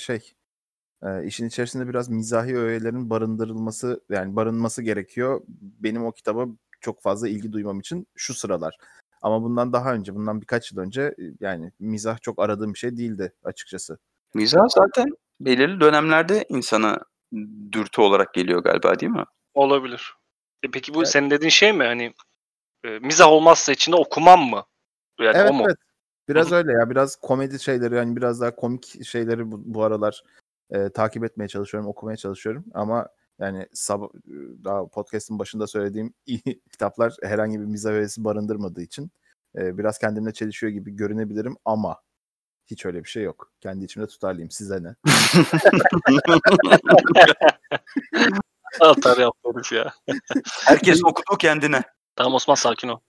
işin içerisinde biraz mizahi öğelerin barındırılması, yani barınması gerekiyor. Benim o kitaba çok fazla ilgi duymam için şu sıralar. Ama bundan daha önce, bundan birkaç yıl önce yani mizah çok aradığım bir şey değildi açıkçası. Mizah zaten belirli dönemlerde insana dürtü olarak geliyor galiba, değil mi? Olabilir. Peki bu Evet. senin dediğin şey mi? Hani mizah olmazsa içinde okumam mı? Yani Evet, o mu? evet. Biraz öyle ya. Biraz komedi şeyleri, yani biraz daha komik şeyleri bu aralar takip etmeye çalışıyorum, okumaya çalışıyorum. Ama yani daha podcast'ın başında söylediğim iyi kitaplar herhangi bir mizah öğesi barındırmadığı için biraz kendimle çelişiyor gibi görünebilirim, ama hiç öyle bir şey yok. Kendi içimde tutarlıyım. Size ne? Atar yapıyoruz ya. Herkes okudu kendine. Tamam Osman, sakin ol.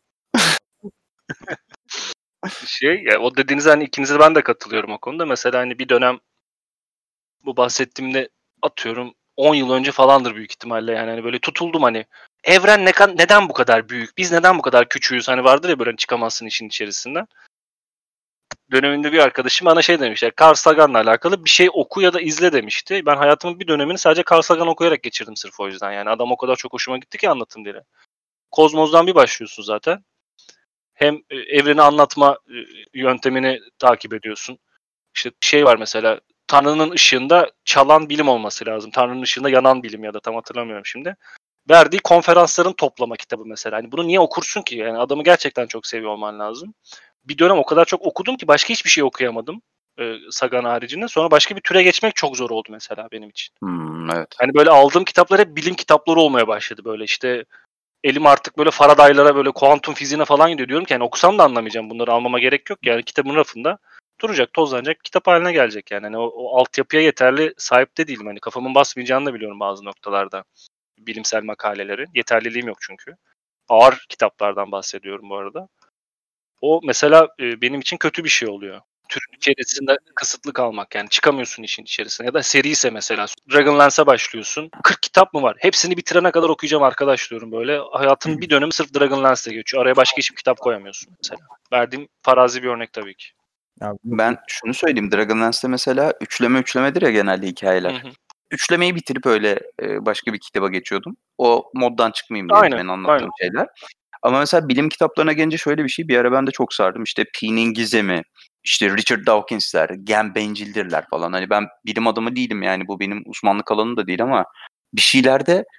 Ya, o dediğinize hani ikinize ben de katılıyorum o konuda. Mesela hani bir dönem bu bahsettiğimde atıyorum 10 yıl önce falandır büyük ihtimalle, yani hani böyle tutuldum hani. Evren neden bu kadar büyük? Biz neden bu kadar küçüğüz? Hani vardır ya böyle, hani çıkamazsın işin içerisinden. Döneminde bir arkadaşım bana demişti. Carl Sagan'la alakalı bir şey oku ya da izle demişti. Ben hayatımın bir dönemini sadece Carl Sagan okuyarak geçirdim sırf o yüzden. Yani adam o kadar çok hoşuma gitti ki anlatım dili. Kozmos'dan bir başlıyorsun zaten. Hem evreni anlatma yöntemini takip ediyorsun. İşte şey var mesela, Tanrı'nın ışığında çalan bilim olması lazım. Tanrı'nın ışığında yanan bilim, ya da tam hatırlamıyorum şimdi. Verdiği konferansların toplama kitabı mesela. Hani bunu niye okursun ki? Yani adamı gerçekten çok seviyor olman lazım. Bir dönem o kadar çok okudum ki başka hiçbir şey okuyamadım. Sagan haricinde. Sonra başka bir türe geçmek çok zor oldu mesela benim için. Evet. Hani böyle aldığım kitaplar hep bilim kitapları olmaya başladı. Böyle işte elim artık böyle Faraday'lara, böyle kuantum fiziğine falan gidiyor. Diyorum ki yani okusam da anlamayacağım. Bunları almama gerek yok. Yani kitabın rafında duracak, tozlanacak, kitap haline gelecek yani. Hani o altyapıya yeterli sahip de değilim. Hani kafamın basmayacağını da biliyorum bazı noktalarda. Bilimsel makalelerin. Yeterliliğim yok çünkü. Ağır kitaplardan bahsediyorum bu arada. O mesela benim için kötü bir şey oluyor. Türün içerisinde kısıtlı kalmak, yani çıkamıyorsun işin içerisine. Ya da seri ise mesela Dragonlance'a başlıyorsun. 40 kitap mı var? Hepsini bitirene kadar okuyacağım arkadaş diyorum böyle. Hayatın bir dönemi sırf Dragonlance'le geçiyor. Araya başka hiçbir kitap koyamıyorsun mesela. Verdiğim farazi bir örnek tabii ki. Ya, Ben şunu söyleyeyim. Dragonlance'de mesela üçlemedir ya genelde hikayeler. Hı hı. Üçlemeyi bitirip öyle başka bir kitaba geçiyordum. O moddan çıkmayayım diye Aynen, benim anlattığım aynen. şeyler. Ama mesela bilim kitaplarına gelince şöyle bir şey. Bir ara ben de çok sardım. İşte Pi'nin Gizemi, işte Richard Dawkins'ler, Gen Bencildirler falan. Hani ben bilim adamı değilim yani, bu benim uzmanlık alanım da değil, ama bir şeylerde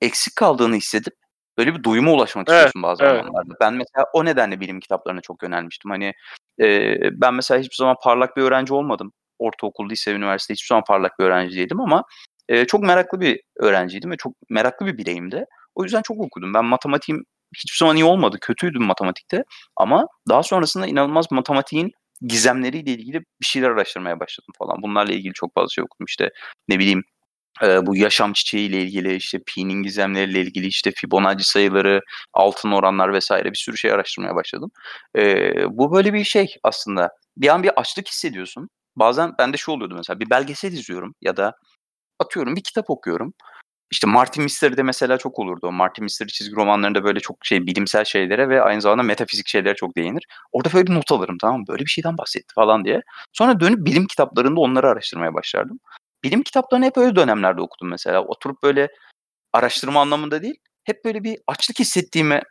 eksik kaldığını hissedip böyle bir duyuma ulaşmak Evet, istiyorsun bazı evet. anlamlarda. Ben mesela o nedenle bilim kitaplarına çok yönelmiştim. Hani ben mesela hiçbir zaman parlak bir öğrenci olmadım. Ortaokul, lise, üniversite hiçbir zaman parlak bir öğrenci değildim ama çok meraklı bir öğrenciydim ve çok meraklı bir bireyimdi. O yüzden çok okudum. Ben matematiğim hiçbir zaman iyi olmadı. Kötüydüm matematikte ama daha sonrasında inanılmaz matematiğin gizemleriyle ilgili bir şeyler araştırmaya başladım falan. Bunlarla ilgili çok fazla şey okudum. İşte ne bileyim bu yaşam çiçeğiyle ilgili, işte pi'nin gizemleriyle ilgili, işte Fibonacci sayıları, altın oranlar vesaire bir sürü şey araştırmaya başladım. Bu böyle bir şey aslında. Bir an bir açlık hissediyorsun. Bazen bende şu oluyordu mesela bir belgesel izliyorum ya da atıyorum bir kitap okuyorum. İşte Martin Mystery'de mesela çok olurdu. O Martin Mystery çizgi romanlarında böyle çok bilimsel şeylere ve aynı zamanda metafizik şeylere çok değinir. Orada böyle bir not alırım, tamam mı? Böyle bir şeyden bahsetti falan diye. Sonra dönüp bilim kitaplarında onları araştırmaya başlardım. Bilim kitaplarını hep öyle dönemlerde okudum mesela. Oturup böyle araştırma anlamında değil, hep böyle bir açlık hissettiğime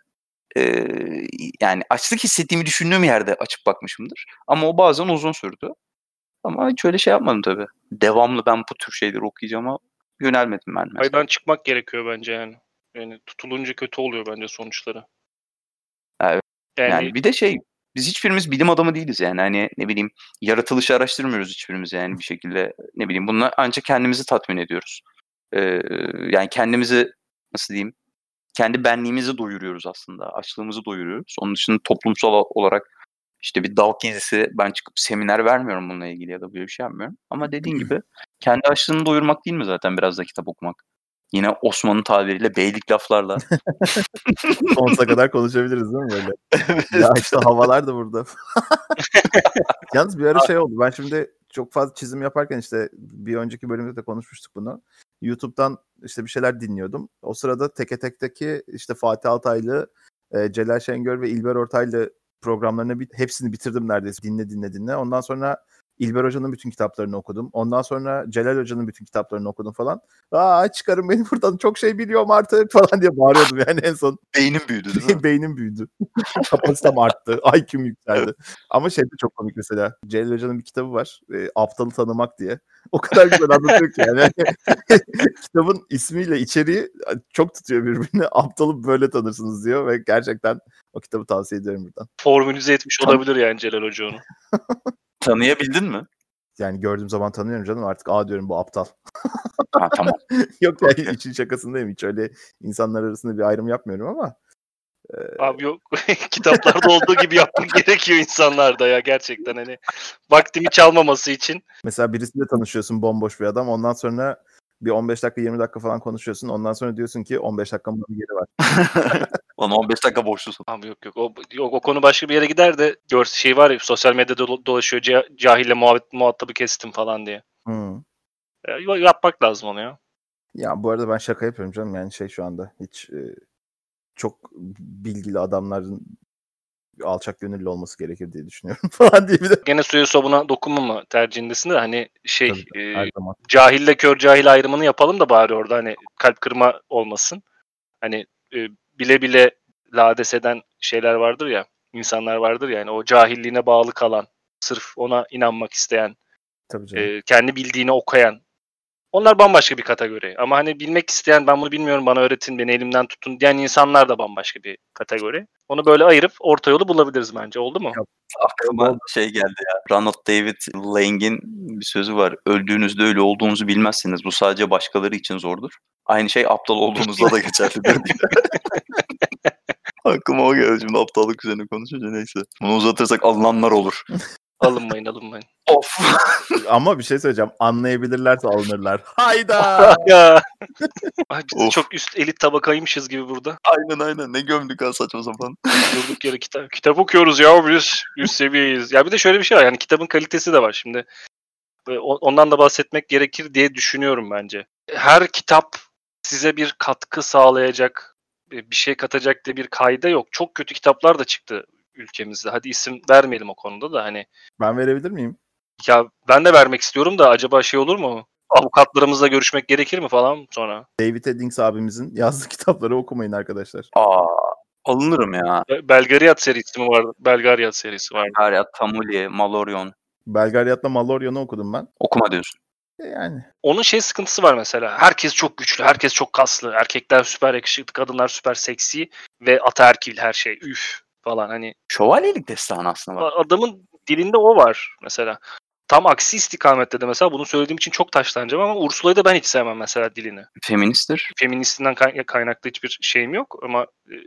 yani açlık hissettiğimi düşündüğüm yerde açıp bakmışımdır. Ama o bazen uzun sürdü. Ama hiç öyle şey yapmadım tabii. Devamlı ben bu tür şeyleri okuyacağıma yönelmedim ben mesela. Aydan çıkmak gerekiyor bence yani. Yani tutulunca kötü oluyor bence sonuçları. Evet. Yani Yani bir de biz hiçbirimiz bilim adamı değiliz yani. Hani ne bileyim yaratılışı araştırmıyoruz hiçbirimiz yani bir şekilde. Ne bileyim bununla ancak kendimizi tatmin ediyoruz. Yani kendimizi nasıl diyeyim? Kendi benliğimizi doyuruyoruz aslında. Açlığımızı doyuruyoruz. Onun dışında toplumsal olarak işte bir dal gezisi ben çıkıp seminer vermiyorum bununla ilgili ya da böyle bir şey yapmıyorum. Ama dediğin gibi kendi açlığını doyurmak değil mi zaten biraz da kitap okumak? Yine Osman'ın tabiriyle beylik laflarla. Sonsuza kadar konuşabiliriz değil mi böyle? Ya işte havalar da burada. Yalnız bir ara şey oldu. Ben şimdi çok fazla çizim yaparken işte bir önceki bölümde de konuşmuştuk bunu. YouTube'dan işte bir şeyler dinliyordum. O sırada Teke Tek'teki işte Fatih Altaylı, Celal Şengör ve İlber Ortaylı programlarını hepsini bitirdim neredeyse. Dinle. Ondan sonra İlber Hoca'nın bütün kitaplarını okudum. Ondan sonra Celal Hoca'nın bütün kitaplarını okudum falan. Çıkarın beni buradan, çok şey biliyorum artık falan diye bağırıyordum yani en son. Beynim büyüdü değil mi? Beynim büyüdü. Kapasitem arttı. IQ'm yükseldi. Ama şey de çok komik mesela. Celal Hoca'nın bir kitabı var. Aptalı Tanımak diye. O kadar güzel anlatıyor ki yani. Kitabın ismiyle içeriği çok tutuyor birbirini. Aptalı böyle tanırsınız diyor ve gerçekten o kitabı tavsiye ediyorum buradan. formülize etmiş olabilir yani Celal Hoca onu. Tanıyabildin mi? Yani gördüğüm zaman tanıyorum canım, artık diyorum bu aptal. Ha, tamam. Yok yani için şakasındayım, hiç öyle insanlar arasında bir ayrım yapmıyorum ama. Abi yok. Kitaplarda olduğu gibi yapmak gerekiyor insanlarda ya gerçekten hani. Vaktimi çalmaması için. Mesela birisiyle tanışıyorsun, bomboş bir adam. Ondan sonra bir 15 dakika 20 dakika falan konuşuyorsun. Ondan sonra diyorsun ki 15 dakikamın bir geri var. Bana 15 dakika borçlusun. Abi yok. O konu başka bir yere gider de şey var ya, sosyal medyada dolaşıyor cahille muhatabı kestim falan diye. Yapmak lazım onu ya. Ya bu arada ben şaka yapıyorum canım. Yani şu anda hiç çok bilgili adamların alçak gönüllü olması gerekir diye düşünüyorum falan diye bir de. Gene suya sobuna dokunmama tercihindesin de hani Tabii, her zaman. cahille kör cahil ayrımını yapalım da bari orada hani kalp kırma olmasın. Hani bile bile lades eden şeyler vardır ya, insanlar vardır ya, yani o cahilliğine bağlı kalan, sırf ona inanmak isteyen, Tabii canım. kendi bildiğini okayan. Onlar bambaşka bir kategori. Ama hani bilmek isteyen, ben bunu bilmiyorum bana öğretin, beni elimden tutun diyen insanlar da bambaşka bir kategori. Onu böyle ayırıp orta yolu bulabiliriz bence. Oldu mu? Aklıma geldi ya. Ronald David Lang'in bir sözü var. Öldüğünüzde ölü olduğunuzu bilmezsiniz. Bu sadece başkaları için zordur. Aynı şey aptal olduğunuzda da geçerlidir diyor. Aklıma o geldi şimdi aptallık üzerine konuşunca, neyse. Bunu uzatırsak alınanlar olur. Alınmayın. Of. Ama bir şey söyleyeceğim. Anlayabilirlerse alınırlar. Hayda! Ya. Ay, biz de Of. çok üst elit tabakaymışız gibi burada. Aynen. Ne gömdük ha saçma sapan. Durduk yere kitap okuyoruz ya, biz üst seviyeyiz. Ya bir de şöyle bir şey var, yani kitabın kalitesi de var şimdi. Ondan da bahsetmek gerekir diye düşünüyorum bence. Her kitap size bir katkı sağlayacak, bir şey katacak diye bir kaide yok. Çok kötü kitaplar da çıktı ülkemizde. Hadi isim vermeyelim o konuda da hani. Ben verebilir miyim? Ya ben de vermek istiyorum da acaba şey olur mu? Avukatlarımızla görüşmek gerekir mi falan sonra? David Eddings abimizin yazdığı kitapları okumayın arkadaşlar. Alınırım ya. Belgariad serisi mi vardı? Belgariad serisi vardı. Belgariad, Tamuli, Malorion. Belgariad'la Malorion'u okudum ben. Okuma diyorsun. Yani. Onun sıkıntısı var mesela. Herkes çok güçlü, herkes çok kaslı. Erkekler süper yakışıklı, kadınlar süper seksi ve ataerkil her şey. Üf falan hani. Şövalyelik destanı aslında bak. Adamın dilinde o var mesela. Tam aksi istikamette de mesela bunu söylediğim için çok taşlanacağım ama Ursula'yı da ben hiç sevmem mesela dilini. Feministtir. Feministinden kaynaklı hiçbir şeyim yok ama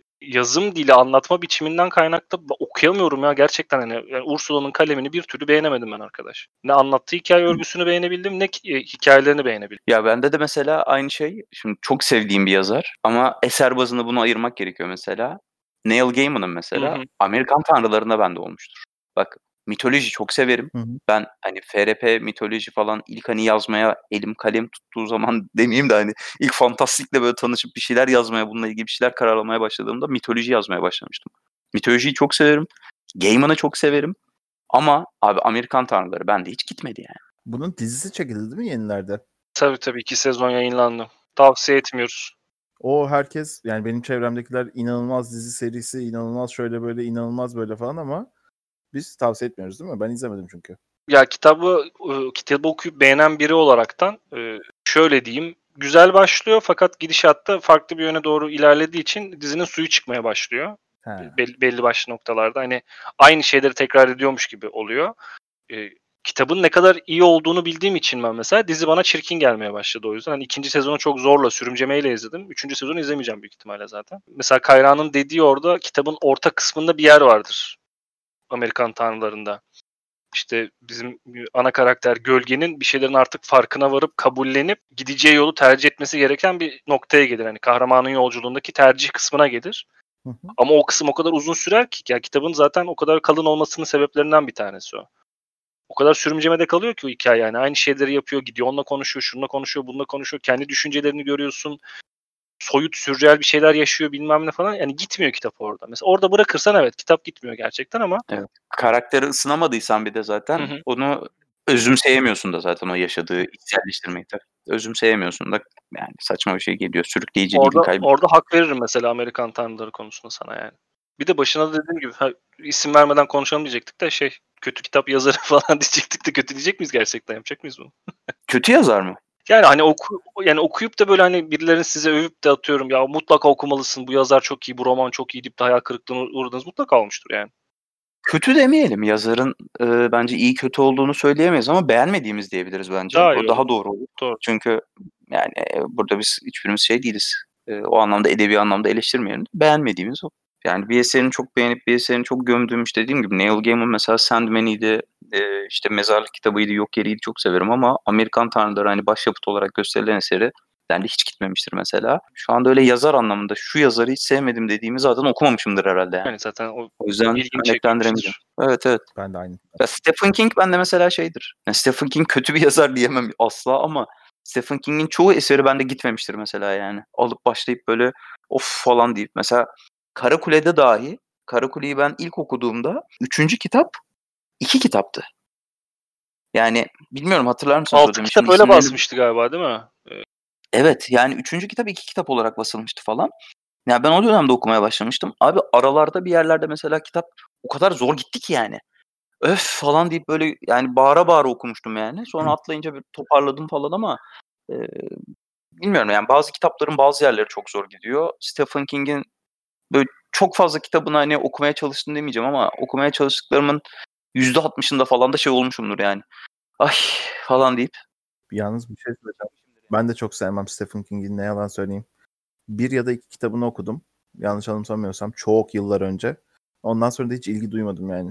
yazım dili, anlatma biçiminden kaynaklı okuyamıyorum ya gerçekten. Yani Ursula'nın kalemini bir türlü beğenemedim ben arkadaş. Ne anlattığı hikaye örgüsünü beğenebildim ne hikayelerini beğenebildim. Ya bende de mesela aynı şey. Şimdi çok sevdiğim bir yazar ama eser bazında bunu ayırmak gerekiyor mesela. Neil Gaiman'ın mesela Amerikan Tanrılarında bende olmuştur. Bak mitoloji çok severim. Hı hı. Ben hani FRP mitoloji falan ilk hani yazmaya elim kalem tuttuğu zaman demeyeyim de hani ilk fantastikle böyle tanışıp bir şeyler yazmaya, bununla ilgili bir şeyler kararlamaya başladığımda mitoloji yazmaya başlamıştım. Mitolojiyi çok severim. Gaiman'ı çok severim. Ama abi Amerikan Tanrıları bende hiç gitmedi yani. Bunun dizisi çekildi değil mi yenilerde? Tabii 2 sezon yayınlandı. Tavsiye etmiyoruz. O herkes yani benim çevremdekiler inanılmaz dizi serisi, inanılmaz şöyle böyle, inanılmaz böyle falan ama biz tavsiye etmiyoruz değil mi? Ben izlemedim çünkü. Ya kitabı okuyup beğenen biri olaraktan şöyle diyeyim. Güzel başlıyor fakat gidişatta farklı bir yöne doğru ilerlediği için dizinin suyu çıkmaya başlıyor. Belli başlı noktalarda. Hani aynı şeyleri tekrar ediyormuş gibi oluyor. Kitabın ne kadar iyi olduğunu bildiğim için ben mesela dizi bana çirkin gelmeye başladı o yüzden. Hani 2. sezonu çok zorla, sürümcemeyle izledim. 3. sezonu izlemeyeceğim büyük ihtimalle zaten. Mesela Kayra'nın dediği orada kitabın orta kısmında bir yer vardır. Amerikan Tanrılarında. İşte bizim ana karakter Gölge'nin bir şeylerin artık farkına varıp kabullenip gideceği yolu tercih etmesi gereken bir noktaya gelir. Hani kahramanın yolculuğundaki tercih kısmına gelir. Ama o kısım o kadar uzun sürer ki yani kitabın zaten o kadar kalın olmasının sebeplerinden bir tanesi o. O kadar sürümcemede kalıyor ki o hikaye yani. Aynı şeyleri yapıyor, gidiyor onunla konuşuyor, şununla konuşuyor, bununla konuşuyor. Kendi düşüncelerini görüyorsun. Soyut, sürreel bir şeyler yaşıyor bilmem ne falan. Yani gitmiyor kitap orada. Mesela orada bırakırsan evet kitap gitmiyor gerçekten ama. Evet. Karakteri ısınamadıysan bir de zaten onu özümseyemiyorsun da zaten o yaşadığı içselleştirmeyi de. Özümseyemiyorsun da yani saçma bir şey geliyor. Sürükleyiciliğini kaybediyor. Orada hak veririm mesela Amerikan Tanrıları konusunda sana yani. Bir de başına da dediğim gibi isim vermeden konuşalım diyecektik de kötü kitap yazarı falan diyecektik de kötü diyecek miyiz gerçekten? Yapacak mıyız bunu? Kötü yazar mı? Yani hani okuyup da böyle hani birilerinin size övüp de atıyorum ya mutlaka okumalısın, bu yazar çok iyi, bu roman çok iyi deyip de hayal kırıklığına uğradığınız mutlaka olmuştur yani. Kötü demeyelim. Yazarın bence iyi kötü olduğunu söyleyemeyiz ama beğenmediğimiz diyebiliriz bence. Daha Daha doğru olur. Doğru. Çünkü yani burada biz hiçbirimiz şey değiliz. O anlamda edebi anlamda eleştirmeyelim. Beğenmediğimiz o. Yani bir eserini çok beğenip bir eserini çok gömdüğüm işte dediğim gibi Neil Gaiman mesela Sandman'iydi, işte Mezarlık kitabıydı, Yok Yeri'ydi çok severim ama Amerikan Tanrıları hani başyapıt olarak gösterilen eseri bende hiç gitmemiştir mesela. Şu anda öyle yazar anlamında şu yazarı hiç sevmedim dediğimi zaten okumamışımdır herhalde yani. Yani zaten o yüzden örneklendiremeyeceğim. Evet. Ben de aynı. Ya Stephen King bende mesela şeydir. Yani Stephen King kötü bir yazar diyemem asla ama Stephen King'in çoğu eseri bende gitmemiştir mesela yani. Alıp başlayıp böyle of falan deyip mesela Karakule'de dahi Karakule'yi ben ilk okuduğumda 3. kitap 2 kitaptı. Yani bilmiyorum hatırlar mısınız? 6 kitap öyle basmıştı galiba değil mi? Evet yani 3. kitap 2 kitap olarak basılmıştı falan. Ya ben o dönemde okumaya başlamıştım. Abi aralarda bir yerlerde mesela kitap o kadar zor gitti ki yani. Öf falan deyip böyle yani bağıra bağıra okumuştum yani. Sonra atlayınca bir toparladım falan ama bilmiyorum yani bazı kitapların bazı yerleri çok zor gidiyor. Stephen King'in böyle çok fazla kitabını hani okumaya çalıştım demeyeceğim ama okumaya çalıştıklarımın %60'ında falan da şey olmuşumdur yani. Ay falan deyip. Yalnız bir şey söyleyeceğim. Ben de çok sevmem Stephen King'in, ne yalan söyleyeyim. 1 ya da 2 kitabını okudum. Yanlış anımsamıyorsam çok yıllar önce. Ondan sonra da hiç ilgi duymadım yani.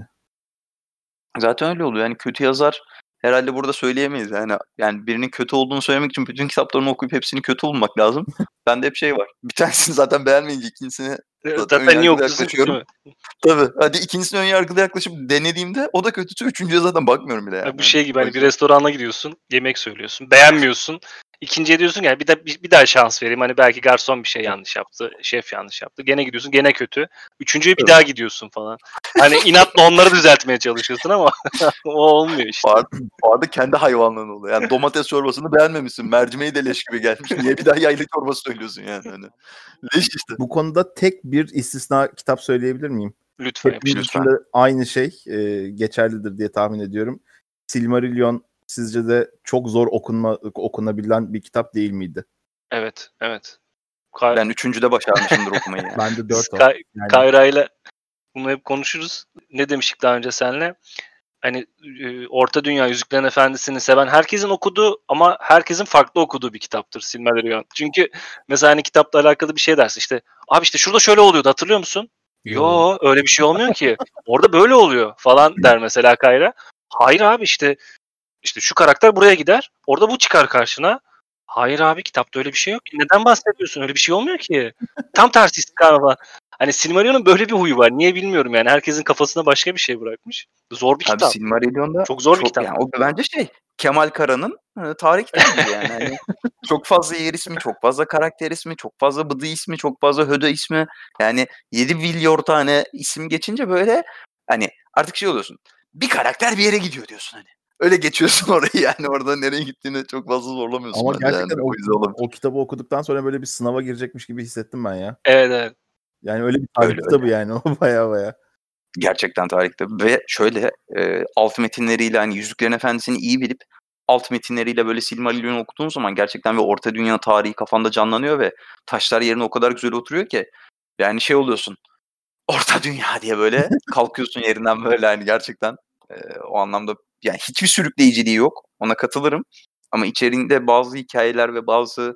Zaten öyle oluyor. Yani kötü yazar herhalde burada söyleyemeyiz. Yani birinin kötü olduğunu söylemek için bütün kitaplarını okuyup hepsini kötü bulmak lazım. Bende hep şey var. Bir tanesini zaten beğenmeyince ikincisini zaten niye okuyorsun değil mi? Tabii. Hadi ikincisini ön yargılı yaklaşıp denediğimde o da kötüsü. Üçüncüye zaten bakmıyorum bile yani. Bu şey gibi hani bir restorana gidiyorsun, yemek söylüyorsun, beğenmiyorsun. İkinciye diyorsun ki yani bir daha şans vereyim. Hani belki garson bir şey yanlış yaptı, şef yanlış yaptı. Gene gidiyorsun, gene kötü. Üçüncüye bir daha gidiyorsun falan. Hani inatla onları düzeltmeye çalışıyorsun ama o olmuyor işte. Arada kendi hayvanlığın oluyor. Yani domates çorbasını beğenmemişsin. Mercimeği de leş gibi gelmiş. Niye bir daha yaylı çorbası söylüyorsun yani? Hani. Leş işte. Bu konuda tek bir istisna kitap söyleyebilir miyim? Lütfen. Hepimiz için de aynı şey geçerlidir diye tahmin ediyorum. Silmarillion sizce de çok zor okunabilen bir kitap değil miydi? Evet, evet. Ben 3.'de başarmışımdır okumayı yani. Ben de 4 o. Yani Kayra'yla bunu hep konuşuruz. Ne demiştik daha önce seninle? Hani Orta Dünya Yüzüklerin Efendisi'ni seven herkesin okuduğu ama herkesin farklı okuduğu bir kitaptır Silmarillion. Çünkü mesela hani kitapla alakalı bir şey dersin işte abi işte şurada şöyle oluyordu hatırlıyor musun? Yo öyle bir şey olmuyor ki. Orada böyle oluyor falan der mesela Kayra. Hayır abi işte şu karakter buraya gider. Orada bu çıkar karşına. Hayır abi kitapta öyle bir şey yok ki. Neden bahsediyorsun? Öyle bir şey olmuyor ki. Tam tersi istikamı. Hani Silmarillion'un böyle bir huyu var. Niye bilmiyorum yani. Herkesin kafasına başka bir şey bırakmış. Zor bir Abi kitap. Silmarillion'da Çok zor bir kitap. yani o bence Kemal Kara'nın tarih kitabı gibi yani. Hani çok fazla yer ismi, çok fazla karakter ismi, çok fazla bıdı ismi, çok fazla hödö ismi. Yani 7 milyon tane isim geçince böyle hani artık şey oluyorsun. Bir karakter bir yere gidiyor diyorsun hani. Öyle geçiyorsun orayı yani orada nereye gittiğini çok fazla zorlamıyorsun ama bence gerçekten yani. O yüzden olabilir. o kitabı okuduktan sonra böyle bir sınava girecekmiş gibi hissettim ben ya. Evet evet. Yani öyle bir tarih Öyle, kitabı yani o baya. Gerçekten tarih kitabı ve şöyle alt metinleriyle hani Yüzüklerin Efendisi'ni iyi bilip alt metinleriyle böyle Silmarillion'u okuduğun zaman gerçekten ve Orta Dünya tarihi kafanda canlanıyor ve taşlar yerine o kadar güzel oturuyor ki yani şey oluyorsun. Orta Dünya diye böyle kalkıyorsun yerinden böyle hani gerçekten o anlamda yani hiçbir sürükleyiciliği yok. Ona katılırım. Ama içeriğinde bazı hikayeler ve bazı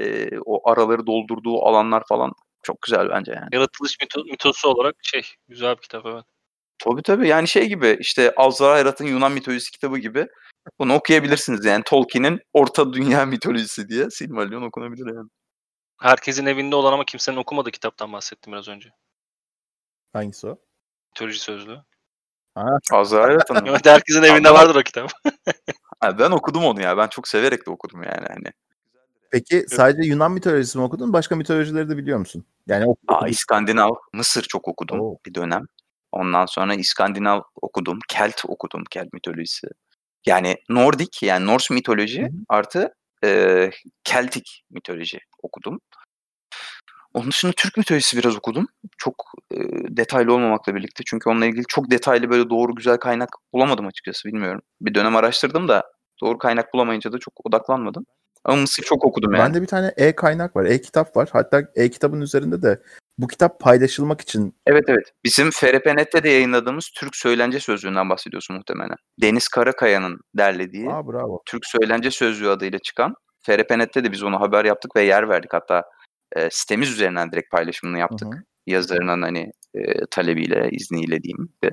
o araları doldurduğu alanlar falan çok güzel bence yani. Yaratılış mitosu olarak güzel bir kitap evet. Tabii yani şey gibi işte Azrail'in Yunan mitolojisi kitabı gibi bunu okuyabilirsiniz yani Tolkien'in Orta Dünya mitolojisi diye Silmarillion okunabilir yani. Herkesin evinde olan ama kimsenin okumadığı kitaptan bahsettim biraz önce. Hangisi o? Mitoloji sözlüğü. Ha, Azrail'in Evet herkesin evinde vardır o kitap. ben okudum onu ya. Ben çok severek de okudum yani hani. peki sadece Yunan mitolojisi mi okudun? Başka mitolojileri de biliyor musun? Yani İskandinav, Mısır çok okudum Oo. bir dönem. Ondan sonra İskandinav okudum, Kelt okudum, Kelt mitolojisi. Yani Nordik yani Norse mitoloji artı Keltik mitoloji okudum. Onun dışında Türk mitolojisi biraz okudum. Çok detaylı olmamakla birlikte. Çünkü onunla ilgili çok detaylı böyle doğru güzel kaynak bulamadım açıkçası bilmiyorum. Bir dönem araştırdım da doğru kaynak bulamayınca da çok odaklanmadım. Ama Mısır çok okudum yani. Bende bir tane e-kaynak var, e-kitap var. Hatta e-kitabın üzerinde de bu kitap paylaşılmak için. Evet. Bizim FRP.net'te de yayınladığımız Türk Söylence Sözlüğü'nden bahsediyorsun muhtemelen. Deniz Karakaya'nın derlediği Bravo. Türk Söylence Sözlüğü adıyla çıkan FRP.net'te de biz onu haber yaptık ve yer verdik. Hatta sitemiz üzerinden direkt paylaşımını yaptık. Hı. Yazarının hani talebiyle, izniyle diyeyim de.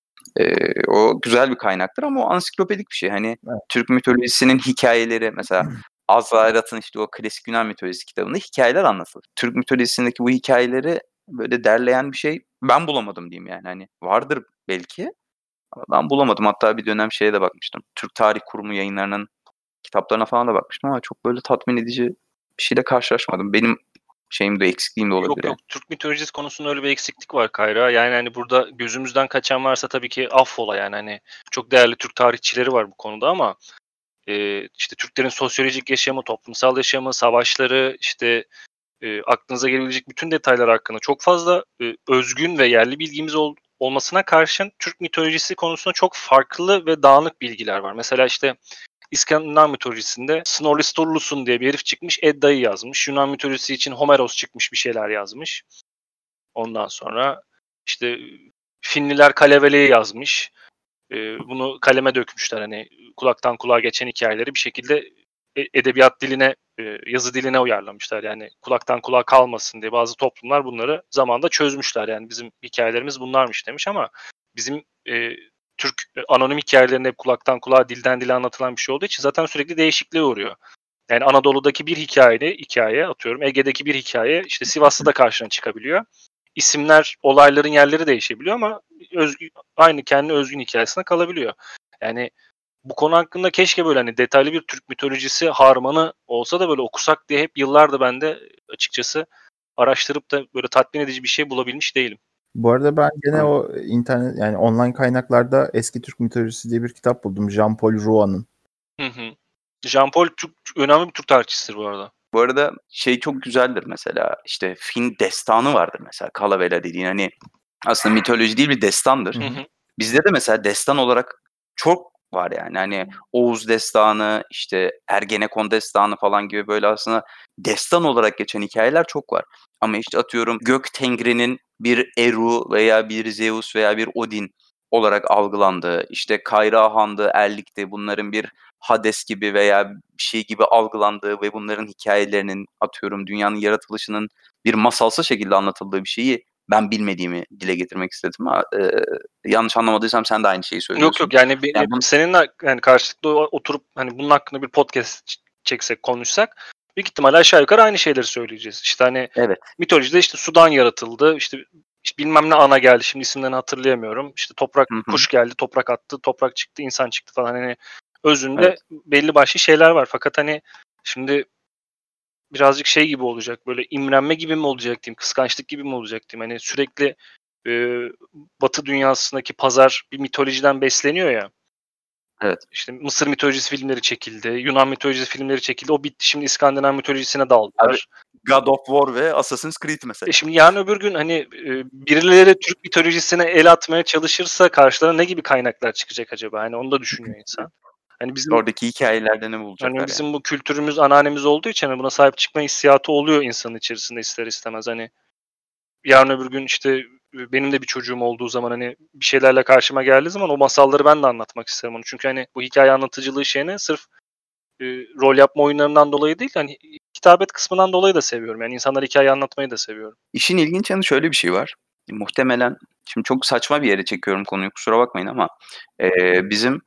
O güzel bir kaynaktır ama o ansiklopedik bir şey. Hani Evet. Türk mitolojisinin hikayeleri mesela Azrail'in işte o klasik Yunan mitolojisi kitabında hikayeler anlatılır. Türk mitolojisindeki bu hikayeleri böyle derleyen bir şey ben bulamadım diyeyim yani. Hani vardır belki ama ben bulamadım. Hatta bir dönem şeye de bakmıştım. Türk Tarih Kurumu yayınlarının kitaplarına falan da bakmıştım ama çok böyle tatmin edici bir şeyle karşılaşmadım. Benim şeyim de eksikliğim de olabilir Yok Türk mitolojisi konusunda öyle bir eksiklik var Kayra. Yani hani burada gözümüzden kaçan varsa tabii ki affola yani hani çok değerli Türk tarihçileri var bu konuda ama işte Türklerin sosyolojik yaşamı, toplumsal yaşamı, savaşları işte aklınıza gelebilecek bütün detaylar hakkında çok fazla özgün ve yerli bilgimiz olmasına karşın Türk mitolojisi konusunda çok farklı ve dağınık bilgiler var. Mesela işte İskandinav mitolojisinde Snorri Sturluson diye bir herif çıkmış Edda'yı yazmış. Yunan mitolojisi için Homeros çıkmış bir şeyler yazmış. Ondan sonra işte Finliler Kalevele'yi yazmış. Bunu kaleme dökmüşler hani kulaktan kulağa geçen hikayeleri bir şekilde edebiyat diline, yazı diline uyarlamışlar. Yani kulaktan kulağa kalmasın diye bazı toplumlar bunları zamanında çözmüşler. Yani bizim hikayelerimiz bunlarmış demiş ama bizim Türk anonim hikayelerinde hep kulaktan kulağa, dilden dile anlatılan bir şey olduğu için zaten sürekli değişikliğe uğruyor. Yani Anadolu'daki bir hikaye atıyorum, Ege'deki bir hikaye işte Sivas'ta da karşına çıkabiliyor. İsimler, olayların yerleri değişebiliyor ama aynı kendi özgün hikayesine kalabiliyor. Yani bu konu hakkında keşke böyle hani detaylı bir Türk mitolojisi harmanı olsa da böyle okusak diye hep yıllardır ben de açıkçası araştırıp da böyle tatmin edici bir şey bulabilmiş değilim. Bu arada ben gene o internet yani online kaynaklarda Eski Türk Mitolojisi diye bir kitap buldum. Jean-Paul Rouan'ın. Jean-Paul önemli bir Türk tarihçisidir bu arada. Bu arada şey çok güzeldir mesela işte Fin destanı vardır mesela Kalavela dediğin hani aslında mitoloji değil bir destandır. Bizde de mesela destan olarak çok var yani. Hani Oğuz Destanı, işte Ergenekon Destanı falan gibi böyle aslında destan olarak geçen hikayeler çok var. Ama işte atıyorum Gök Tengri'nin bir Eru veya bir Zeus veya bir Odin olarak algılandığı, işte Kayra Han'dı, Erlik'ti, bunların bir Hades gibi veya bir şey gibi algılandığı ve bunların hikayelerinin atıyorum dünyanın yaratılışının bir masalsı şekilde anlatıldığı bir şeyi ben bilmediğimi dile getirmek istedim. Yanlış anlamadıysam sen de aynı şeyi söylüyorsun. Yok yani Yani seninle yani karşılıklı oturup hani bunun hakkında bir podcast çeksek, konuşsak büyük ihtimalle aşağı yukarı aynı şeyleri söyleyeceğiz. İşte hani evet. mitolojide işte sudan yaratıldı. İşte bilmem ne ana geldi. Şimdi isimlerini hatırlayamıyorum. İşte toprak, kuş geldi, toprak attı, toprak çıktı, insan çıktı falan. Hani özünde belli başlı şeyler var. Fakat hani şimdi birazcık şey gibi olacak. Böyle imrenme gibi mi olacak diyeyim, kıskançlık gibi mi olacak diyeyim. Hani sürekli Batı dünyasındaki pazar bir mitolojiden besleniyor ya. Evet. İşte Mısır mitolojisi filmleri çekildi, Yunan mitolojisi filmleri çekildi. O bitti. Şimdi İskandinav mitolojisine daldılar. Abi, God of War ve Assassin's Creed mesela. Şimdi yarın öbür gün hani birileri Türk mitolojisine el atmaya çalışırsa karşılarına ne gibi kaynaklar çıkacak acaba? Hani onu da düşünüyor insan. Hani bizim oradaki hikayelerde ne bulacaklar hani bizim yani? bu kültürümüz, anneannemiz olduğu için hani buna sahip çıkma hissiyatı oluyor insanın içerisinde ister istemez. Hani yarın öbür gün işte benim de bir çocuğum olduğu zaman hani bir şeylerle karşıma geldiği zaman o masalları ben de anlatmak isterim onu. Çünkü hani bu hikaye anlatıcılığı şeyine sırf rol yapma oyunlarından dolayı değil, hani kitabet kısmından dolayı da seviyorum. Yani insanlara hikaye anlatmayı da seviyorum. İşin ilginç yanı şöyle bir şey var. Muhtemelen şimdi çok saçma bir yere çekiyorum konuyu, kusura bakmayın ama bizim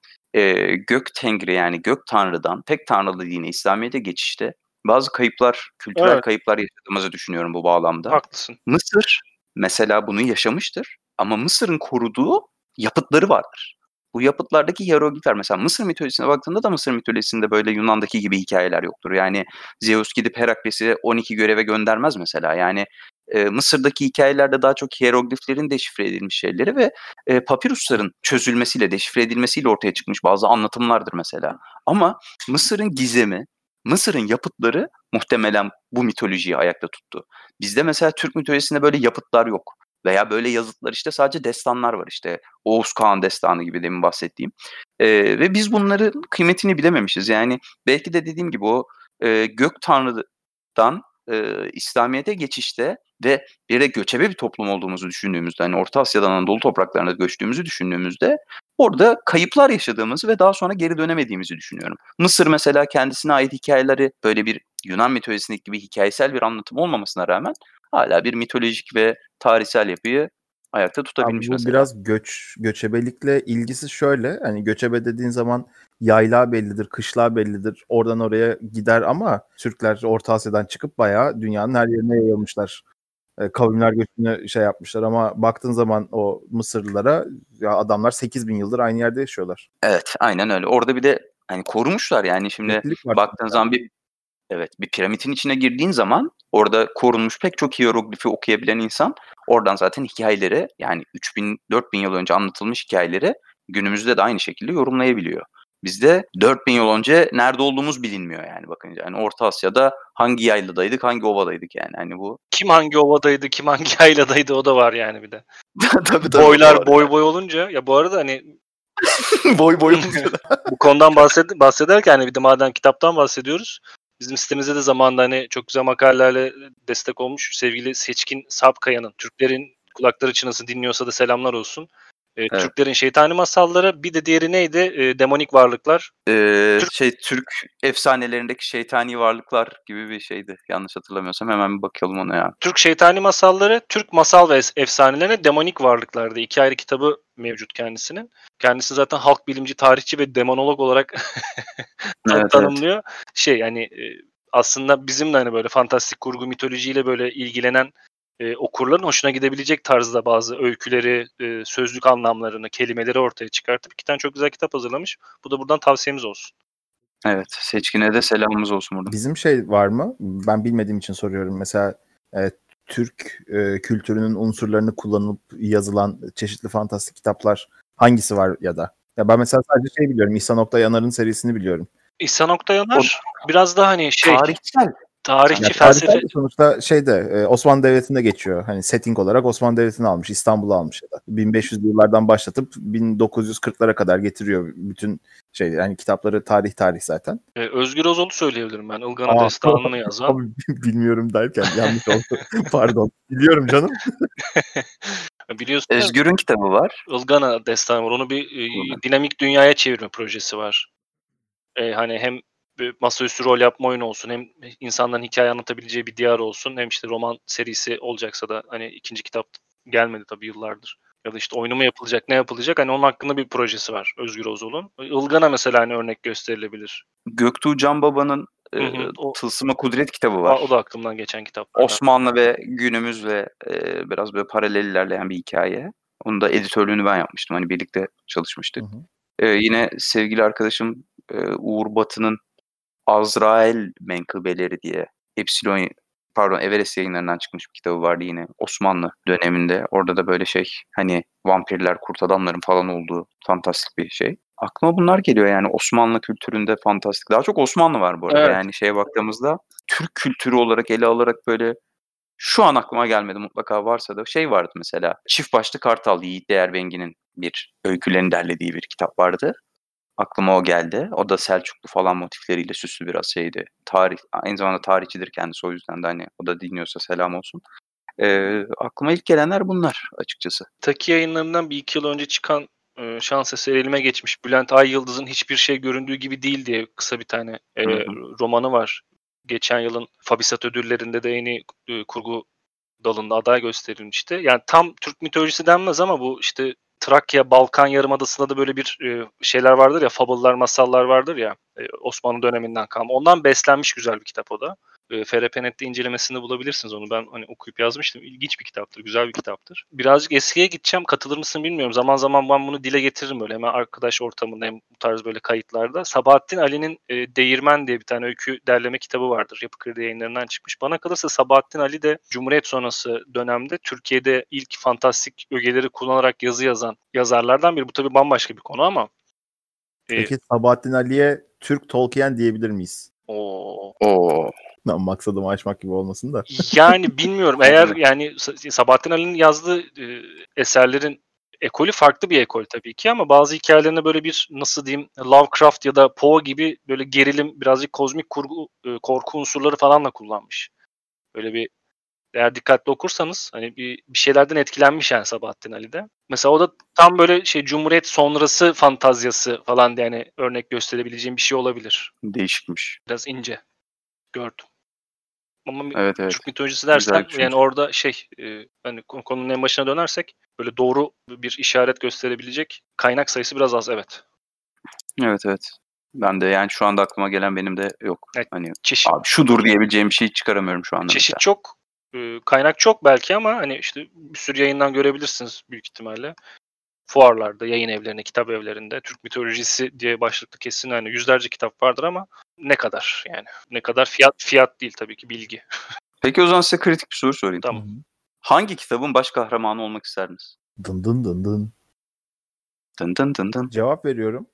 Gök Tengri yani Gök Tanrı'dan tek tanrılı dine İslamiyet'e geçişte bazı kayıplar, kültürel kayıplar yaşadığımızı düşünüyorum bu bağlamda. Haklısın. Mısır mesela bunu yaşamıştır ama Mısır'ın koruduğu yapıtları vardır. Bu yapıtlardaki hieroglifler mesela Mısır mitolojisine baktığında da Mısır mitolojisinde böyle Yunan'daki gibi hikayeler yoktur. Yani Zeus gidip Herakles'i 12 göreve göndermez mesela. Yani Mısır'daki hikayelerde daha çok hierogliflerin deşifre edilmiş şeyleri ve papirusların çözülmesiyle, deşifre edilmesiyle ortaya çıkmış bazı anlatımlardır mesela. Ama Mısır'ın gizemi, Mısır'ın yapıtları muhtemelen bu mitolojiyi ayakta tuttu. Bizde mesela Türk mitolojisinde böyle yapıtlar yok. Veya böyle yazıtlar işte sadece destanlar var işte. Oğuz Kağan destanı gibi demin bahsettiğim. Ve biz bunların kıymetini bilememişiz. Yani belki de dediğim gibi o Gök Tanrı'dan İslamiyet'e geçişte ve bir de göçebe bir toplum olduğumuzu düşündüğümüzde, hani Orta Asya'dan Anadolu topraklarına göçtüğümüzü düşündüğümüzde orada kayıplar yaşadığımızı ve daha sonra geri dönemediğimizi düşünüyorum. Mısır mesela kendisine ait hikayeleri böyle bir Yunan mitolojisindeki gibi hikayesel bir anlatım olmamasına rağmen hala bir mitolojik ve tarihsel yapıyı ayakta tutabilmiş bu mesela. biraz göçebelikle ilgisi şöyle. Hani göçebe dediğin zaman yaylağı bellidir, kışlağı bellidir. Oradan oraya gider ama Türkler Orta Asya'dan çıkıp bayağı dünyanın her yerine yayılmışlar. Kavimler göçünü şey yapmışlar ama baktığın zaman o Mısırlılara ya adamlar 8.000 yıldır aynı yerde yaşıyorlar. Evet, aynen öyle. Orada bir de hani korumuşlar yani şimdi Netlik var. baktığın zaman bir piramidin içine girdiğin zaman orada korunmuş pek çok hieroglifi okuyabilen insan oradan zaten hikayeleri yani 3000-4000 yıl önce anlatılmış hikayeleri günümüzde de aynı şekilde yorumlayabiliyor. Bizde 4000 yıl önce nerede olduğumuz bilinmiyor yani bakınca. Yani Orta Asya'da hangi yayladaydık, hangi ovadaydık yani. Hani bu Kim hangi ovadaydı, kim hangi yayladaydı o da var yani bir de. tabii Boylar boy olunca ya bu arada hani boy bu konudan bahsederken hani bir de madem kitaptan bahsediyoruz. Bizim sitemizde de zamanında hani çok güzel makalelerle destek olmuş sevgili Seçkin Sapkaya'nın Türklerin kulakları çınlasın dinliyorsa da selamlar olsun. Evet. Türklerin şeytani masalları, bir de diğeri neydi? Demonik varlıklar. Türk efsanelerindeki şeytani varlıklar gibi bir şeydi. Yanlış hatırlamıyorsam hemen bir bakalım ona ya. Türk şeytani masalları, Türk masal ve efsanelerine demonik varlıklardı. 2 ayrı kitabı mevcut kendisinin. Kendisi zaten halk bilimci, tarihçi ve demonolog olarak tanımlıyor. Yani aslında bizim de hani böyle fantastik kurgu mitolojiyle böyle ilgilenen okurların hoşuna gidebilecek tarzda bazı öyküleri, sözlük anlamlarını, kelimeleri ortaya çıkartıp 2 tane çok güzel kitap hazırlamış. Bu da buradan tavsiyemiz olsun. Evet, Seçkin'e de selamımız olsun burada. Bizim şey var mı? Ben bilmediğim için soruyorum. Mesela Türk kültürünün unsurlarını kullanıp yazılan çeşitli fantastik kitaplar hangisi var ya da? Ya ben mesela sadece şey biliyorum. İhsan Oktay Yanar'ın serisini biliyorum. İhsan Oktay Yanar biraz daha hani tarihsel. tarihçi Ya felsefe tarihsel de sonuçta Osmanlı Devleti'nde geçiyor. Hani setting olarak Osmanlı Devleti'ni almış, İstanbul'u almış ya da 1500'lü yıllardan başlatıp 1940'lara kadar getiriyor bütün yani kitapları tarih zaten. Özgür Ozol'u söyleyebilirim ben. Ilgana Aa, Destanı'nı yazan. abi bilmiyorum derken yanlış oldu. Pardon. Biliyorum canım. Biliyorsun ya, Özgür'ün kitabı var. Ilgana Destanı var. Onu bir dinamik dünyaya çevirme projesi var. Hani hem bir masaüstü rol yapma oyunu olsun, hem insanların hikaye anlatabileceği bir diyar olsun, hem işte roman serisi olacaksa da hani ikinci kitap gelmedi tabii yıllardır. Ya da işte oyunu mu yapılacak, ne yapılacak? Hani onun hakkında bir projesi var Özgür Ozol'un. Ilgana mesela hani örnek gösterilebilir. Göktuğ Canbaba'nın O, Tılsıma Kudret kitabı o var. da aklımdan geçen kitaplardan. Osmanlı ve günümüzle biraz böyle paralel ilerleyen bir hikaye. Onun da editörlüğünü ben yapmıştım. Hani birlikte çalışmıştık. Hı hı. Yine sevgili arkadaşım Uğur Batı'nın Azrail Menkıbeleri diye Everest yayınlarından çıkmış bir kitabı vardı yine Osmanlı döneminde. Orada da böyle hani vampirler, kurt adamların falan olduğu fantastik bir şey. Aklıma bunlar geliyor yani Osmanlı kültüründe fantastik. Daha çok Osmanlı var bu arada. Evet. Yani baktığımızda Türk kültürü olarak ele alarak böyle şu an aklıma gelmedi, mutlaka varsa da vardı mesela. Çift Başlı Kartal, Yiğit Değerbengi'nin bir öykülerini derlediği bir kitap vardı. Aklıma o geldi. O da Selçuklu falan motifleriyle süslü biraz şeydi. Aynı zamanda tarihçidir kendisi, o yüzden de hani o da dinliyorsa selam olsun. Aklıma ilk gelenler bunlar açıkçası. Taki yayınlarından bir 2 yıl önce çıkan şans eseri elime geçmiş. Bülent Ayyıldız'ın Hiçbir Şey Göründüğü Gibi Değil diye kısa bir tane romanı var. Geçen yılın Fabisat ödüllerinde de en iyi kurgu dalında aday gösterilmişti. Yani tam Türk mitolojisi denmez ama bu işte Trakya, Balkan Yarımadası'nda da böyle bir şeyler vardır ya, fabullar, masallar vardır ya, Osmanlı döneminden kalma. Ondan beslenmiş güzel bir kitap o da. FRP.net'te incelemesinde bulabilirsiniz onu. Ben hani okuyup yazmıştım. İlginç bir kitaptır, güzel bir kitaptır. Birazcık eskiye gideceğim. Katılır mısın bilmiyorum. Zaman zaman ben bunu dile getiririm böyle. Hemen arkadaş ortamında, hem bu tarz böyle kayıtlarda. Sabahattin Ali'nin Değirmen diye bir tane öykü derleme kitabı vardır. Yapı Kredi Yayınları'ndan çıkmış. Bana kalırsa Sabahattin Ali de Cumhuriyet sonrası dönemde Türkiye'de ilk fantastik ögeleri kullanarak yazı yazan yazarlardan biri. Bu tabii bambaşka bir konu ama. Peki Sabahattin Ali'ye Türk Tolkien diyebilir miyiz? Oo. Maksadımı aşmak gibi olmasın da. Yani bilmiyorum. Eğer yani Sabahattin Ali'nin yazdığı eserlerin ekolü farklı bir ekol tabii ki, ama bazı hikayelerine böyle bir, nasıl diyeyim, Lovecraft ya da Poe gibi böyle gerilim, birazcık kozmik kurgu, korku unsurları falan da kullanmış. Böyle bir, eğer dikkatli okursanız hani bir şeylerden etkilenmiş yani Sabahattin Ali'de. Mesela o da tam böyle Cumhuriyet sonrası fantazyası falan diye yani örnek gösterebileceğim bir şey olabilir. Değişikmiş. Biraz ince gördüm. Ama Evet. Türk mitolojisi Güzel dersen düşünce. yani orada hani konunun en başına dönersek böyle doğru bir işaret gösterebilecek kaynak sayısı biraz az, evet. Evet. Ben de yani şu anda aklıma gelen benim de yok. Evet, Hani çeşit abi şudur diyebileceğim bir şey çıkaramıyorum şu anda mesela. çok, kaynak çok belki, ama hani işte bir sürü yayından görebilirsiniz büyük ihtimalle. Fuarlarda, yayın evlerinde, kitap evlerinde Türk mitolojisi diye başlıklı kesin hani yüzlerce kitap vardır, ama ne kadar yani? Ne kadar fiyat değil tabii ki, bilgi. Peki o zaman size kritik bir soru sorayım. Tamam. Hangi kitabın baş kahramanı olmak isterdiniz? Dın dın dın dın. Dın dın dın dın. Cevap veriyorum.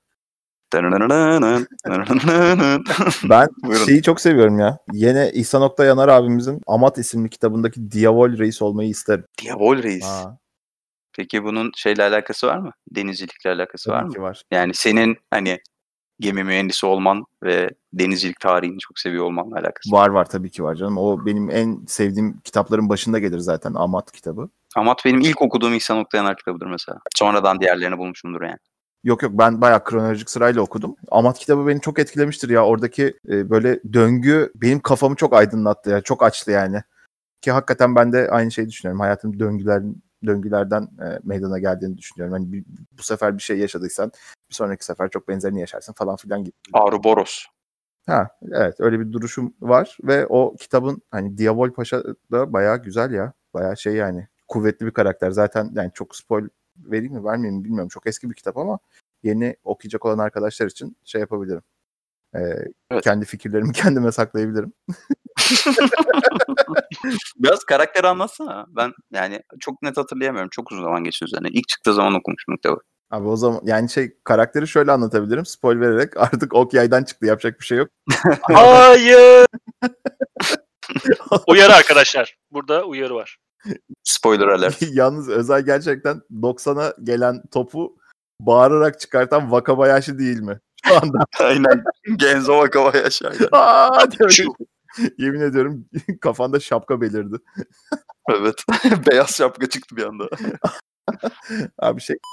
Ben Ben şeyi çok seviyorum ya. Yine İhsan Oktay Yanar abimizin Amat isimli kitabındaki Diavol Reis olmayı isterim. Diavol Reis. Ha, Peki bunun alakası var mı? Denizcilikle alakası var tabii mı? ki var. Yani senin hani gemi mühendisi olman ve denizcilik tarihini çok seviyor olmanla alakası var. Var tabii ki var canım. O benim en sevdiğim kitapların başında gelir zaten, Amat kitabı. Amat benim ilk okuduğum İhsan Oktay Yanar kitabıdır mesela. Sonradan diğerlerini bulmuşumdur yani. Yok ben bayağı kronolojik sırayla okudum. Amat kitabı beni çok etkilemiştir ya. Oradaki böyle döngü benim kafamı çok aydınlattı ya. Çok açtı yani. Ki hakikaten ben de aynı şeyi düşünüyorum. Hayatım döngülerden meydana geldiğini düşünüyorum. Hani bu sefer bir şey yaşadıysan bir sonraki sefer çok benzerini yaşarsın falan filan gibi. Ouroboros. Ha, evet, öyle bir duruşum var ve o kitabın hani Diavol Paşa da bayağı güzel ya. Bayağı yani kuvvetli bir karakter. Zaten yani çok spoil vereyim mi vermeyeyim mi bilmiyorum. Çok eski bir kitap ama yeni okuyacak olan arkadaşlar için yapabilirim. Evet. Kendi fikirlerimi kendime saklayabilirim. Biraz karakteri anlatsana. Ben yani çok net hatırlayamıyorum. Çok uzun zaman geçti üzerine. İlk çıktığı zaman okumuştum kitabı. Abi o zaman yani karakteri şöyle anlatabilirim. Spoil vererek artık ok yaydan çıktı. Yapacak bir şey yok. Hayır. Uyarı arkadaşlar. Burada uyarı var. Spoiler alert. Yalnız Özay gerçekten 90'a gelen topu bağırarak çıkartan Wakabayashi değil mi? Şu anda. Aynen. Genzo Wakabayashi. Aynen. Aa diyor. Şu. Yemin ediyorum kafanda şapka belirdi. Evet. Beyaz şapka çıktı bir anda. Abi şey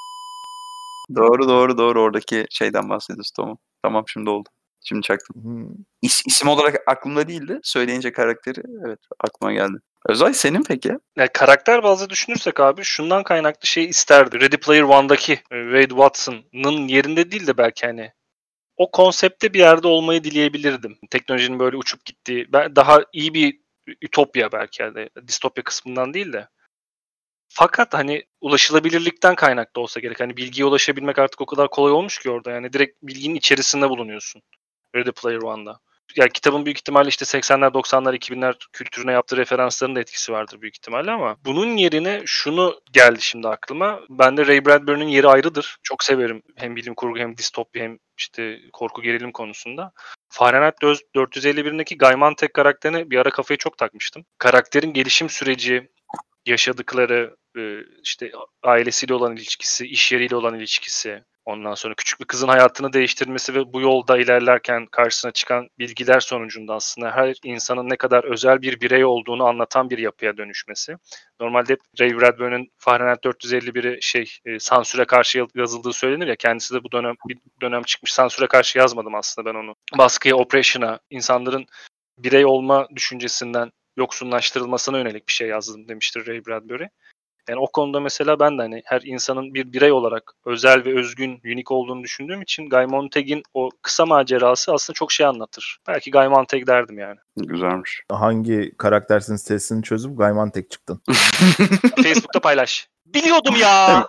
Doğru. Oradaki şeyden bahsediyorsun. Tamam şimdi oldu. Şimdi çaktım. İsim olarak aklımda değildi. Söyleyince karakteri evet aklıma geldi. Özay senin peki? Yani karakter bazlı düşünürsek abi şundan kaynaklı şey isterdi. Ready Player One'daki Wade Watson'ın yerinde değil de belki hani o konsepte bir yerde olmayı dileyebilirdim. Teknolojinin böyle uçup gittiği, daha iyi bir ütopya belki yani distopya kısmından değil de. Fakat hani ulaşılabilirlikten kaynaklı olsa gerek. Hani bilgiye ulaşabilmek artık o kadar kolay olmuş ki orada. Yani direkt bilginin içerisinde bulunuyorsun. Ready Player One'da. Yani kitabın büyük ihtimalle işte 80'ler, 90'lar, 2000'ler kültürüne yaptığı referansların da etkisi vardır büyük ihtimalle ama bunun yerine şunu geldi şimdi aklıma. Bende Ray Bradbury'nin yeri ayrıdır. Çok severim hem bilim kurgu hem distopya hem işte korku gerilim konusunda. Fahrenheit 451'indeki Guy Mantek karakterine bir ara kafayı çok takmıştım. Karakterin gelişim süreci, yaşadıkları, işte ailesiyle olan ilişkisi, iş yeriyle olan ilişkisi, ondan sonra küçük bir kızın hayatını değiştirmesi ve bu yolda ilerlerken karşısına çıkan bilgiler sonucunda aslında her insanın ne kadar özel bir birey olduğunu anlatan bir yapıya dönüşmesi. Normalde hep Ray Bradbury'nin Fahrenheit 451'i sansüre karşı yazıldığı söylenir ya, kendisi de bir dönem çıkmış sansüre karşı yazmadım aslında ben onu. Baskıya, oppression'a, insanların birey olma düşüncesinden yoksunlaştırılmasına yönelik bir şey yazdım demiştir Ray Bradbury. Yani o konuda mesela ben de hani her insanın bir birey olarak özel ve özgün, unik olduğunu düşündüğüm için Guy Montague'in o kısa macerası aslında çok şey anlatır. Belki Guy Montague derdim yani. Güzelmiş. hangi karaktersin testini çözüp Guy Mantek çıktın. Facebook'ta paylaş. Biliyordum ya.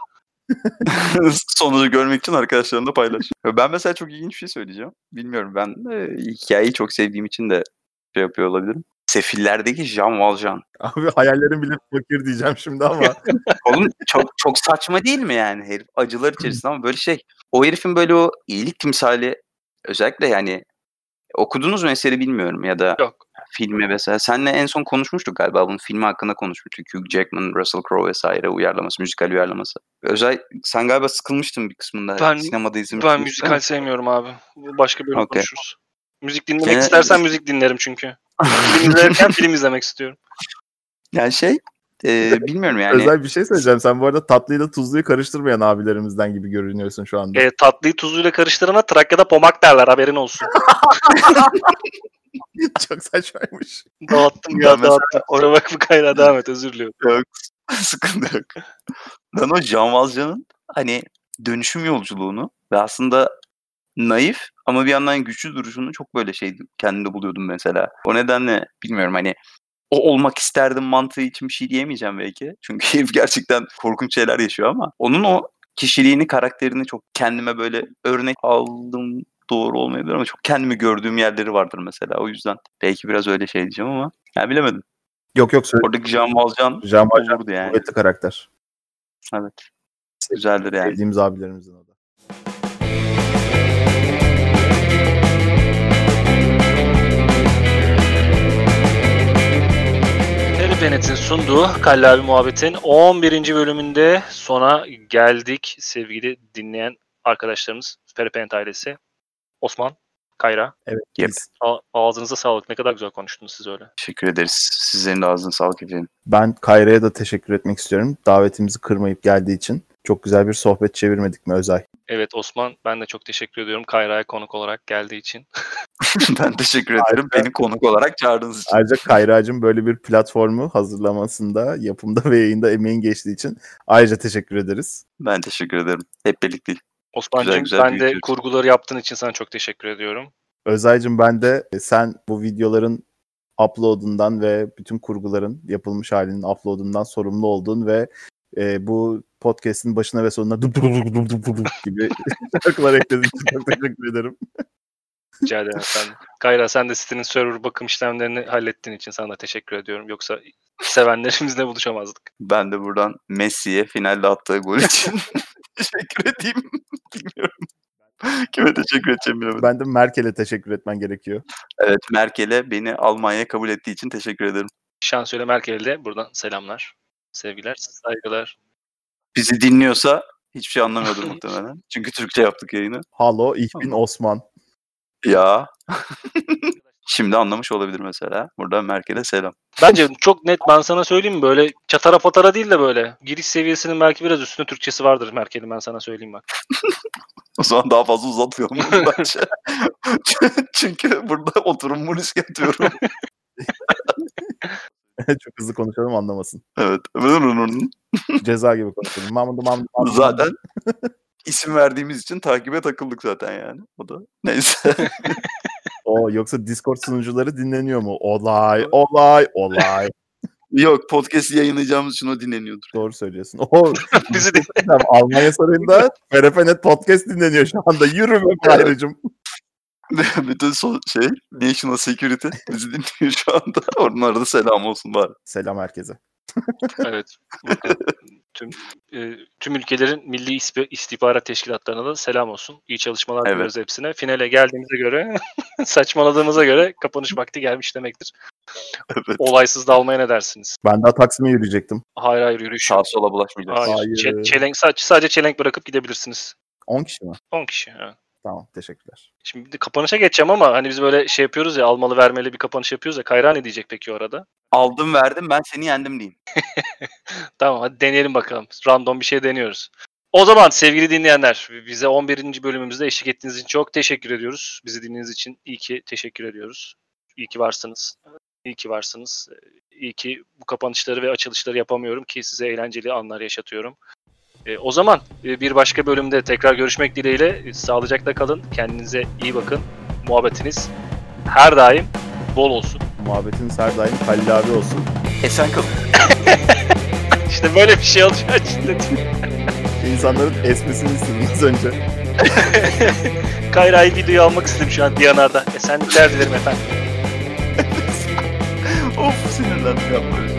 Sonucu görmek için arkadaşlarımla paylaş. Ben mesela çok ilginç bir şey söyleyeceğim. Bilmiyorum ben hikayeyi çok sevdiğim için de şey yapıyor olabilirim. Sefillerdeki Jean Valjean. Abi hayallerim bile fakir diyeceğim şimdi ama. Oğlum çok saçma değil mi yani herif? Acılar içerisinde ama böyle şey. O herifin böyle o iyilik timsali özellikle yani okudunuz mu eseri bilmiyorum ya da Yok. filmi mesela. Seninle en son konuşmuştuk galiba. Bunun filmi hakkında konuşmuştuk. Hugh Jackman, Russell Crowe vesaire uyarlaması, müzikal uyarlaması. Sen galiba sıkılmıştın bir kısmında. Sinemada izlemiştin. Ben müzikal sevmiyorum abi. Başka bölüm Okay. konuşuruz. Müzik dinlemek istersen müzik dinlerim çünkü. Film izlerken film izlemek istiyorum. Yani bilmiyorum yani. Özel bir şey söyleyeceğim. Sen bu arada tatlıyla tuzluyu karıştırmayan abilerimizden gibi görünüyorsun şu anda. Tatlıyı tuzluyla karıştırana Trakya'da pomak derler, haberin olsun. Çok saçmaymış. Dağıttım. Oraya bak, bu kaynağa devam et, özür diliyorum. Yok. Sıkıntı yok. Ben o Jean Valjean'ın hani dönüşüm yolculuğunu ve aslında naif ama bir yandan güçlü duruşunu çok böyle kendimde buluyordum mesela. O nedenle bilmiyorum hani o olmak isterdim mantığı için bir şey diyemeyeceğim belki. Çünkü herif gerçekten korkunç şeyler yaşıyor ama onun o kişiliğini, karakterini çok kendime böyle örnek aldım, doğru olmayabilir ama çok kendimi gördüğüm yerleri vardır mesela. O yüzden belki biraz öyle şey diyeceğim ama ya bilemedim. Yok söyle. Oradaki Jean Valjean olurdu yani. Kuvvetli karakter. Evet. Güzeldir yani. Sevdiğimiz abilerimizden o da. Benet'in sunduğu Kallavi Muhabbet'in 11. bölümünde sona geldik sevgili dinleyen arkadaşlarımız, Peripanet ailesi. Osman, Kayra. Evet. Ağzınıza sağlık. Ne kadar güzel konuştunuz siz öyle. Teşekkür ederiz. Sizlerin de ağzına sağlık efendim. Ben Kayra'ya da teşekkür etmek istiyorum. Davetimizi kırmayıp geldiği için. Çok güzel bir sohbet çevirmedik mi Özay? Evet Osman, ben de çok teşekkür ediyorum Kayra'ya konuk olarak geldiği için. Ben teşekkür ederim beni konuk olarak çağırdığınız için. Ayrıca Kayra'cığım böyle bir platformu hazırlamasında, yapımda ve yayında emeğin geçtiği için ayrıca teşekkür ederiz. Ben teşekkür ederim. Hep birlikte. Osman'cığım ben de kurguları yaptığın için sana çok teşekkür ediyorum. Özay'cığım ben de sen bu videoların upload'undan ve bütün kurguların yapılmış halinin upload'undan sorumlu olduğun ve bu podcast'in başına ve sonuna gibi şarkılar eklediğin için çok teşekkür ederim. Rica ederim efendim. Kayra, sen de sitenin server bakım işlemlerini hallettiğin için sana da teşekkür ediyorum. Yoksa sevenlerimizle buluşamazdık. Ben de buradan Messi'ye finalde attığı gol için teşekkür edeyim. Bilmiyorum. Kime teşekkür edeceğim bilemedim. Ben de Merkel'e teşekkür etmen gerekiyor. Evet, Merkel'e beni Almanya'ya kabul ettiği için teşekkür ederim. Şansölye Merkel'e de buradan selamlar, sevgiler, saygılar. Bizi dinliyorsa hiçbir şey anlamıyordur muhtemelen. Çünkü Türkçe yaptık yayını. Hallo, ich bin Osman. Ya. Şimdi anlamış olabilir mesela. Burada Merkel'e selam. Bence çok net, ben sana söyleyeyim mi, böyle çatara patara değil de böyle giriş seviyesinin belki biraz üstünde Türkçesi vardır Merkel'in, ben sana söyleyeyim bak. O zaman daha fazla uzatmayalım bence. Çünkü burada oturumumu riske atıyorum. Çok hızlı konuşalım anlamasın. Evet. Ceza gibi konuşalım. Mahmut. Zaten isim verdiğimiz için takibe takıldık zaten yani. O da neyse. Yoksa Discord sunucuları dinleniyor mu? Olay. Yok, podcast yayınlayacağımız için o dinleniyordur. Doğru söylüyorsun. Bizi de Almanya Sarayı'nda FRPNet podcast dinleniyor şu anda. Yürü be Bayracığım. Bütün National Security bizi dinliyor şu anda. Onlara da selam olsun bari. Selam herkese. evet. Tüm ülkelerin milli istihbarat teşkilatlarına da selam olsun. İyi çalışmalar diliyoruz hepsine. Finale geldiğimize göre, saçmaladığımıza göre kapanış vakti gelmiş demektir. Evet. Olaysız da almaya ne dersiniz? Ben daha Taksim'e yürüyecektim. Hayır yürüyüş. Sağa sola bulaşmayacağız. Hayır. Sadece çelenk bırakıp gidebilirsiniz. 10 kişi mi? 10 kişi. Evet. Tamam, teşekkürler. Şimdi bir de kapanışa geçeceğim ama hani biz böyle şey yapıyoruz ya, almalı vermeli bir kapanış yapıyoruz ya. Kayra ne diyecek peki orada? Aldım verdim, ben seni yendim diyeyim. Tamam, hadi deneyelim bakalım. Random bir şey deniyoruz. O zaman sevgili dinleyenler, bize 11. bölümümüzde eşlik ettiğiniz için çok teşekkür ediyoruz. Bizi dinlediğiniz için iyi ki teşekkür ediyoruz. İyi ki varsınız. İyi ki varsınız. İyi ki bu kapanışları ve açılışları yapamıyorum ki size eğlenceli anlar yaşatıyorum. O zaman bir başka bölümde tekrar görüşmek dileğiyle sağlıcakla kalın. Kendinize iyi bakın. Muhabbetiniz her daim bol olsun. Muhabbetiniz her daim kallavi olsun. Esen kalın. İşte böyle bir şey olacağı için dedim. İnsanların esmesini istedim az önce. Kayra'yı videoyu almak istedim şu an Diyanar'da. Esenlikler dilerim efendim. Of, sinirlendim ya böyle.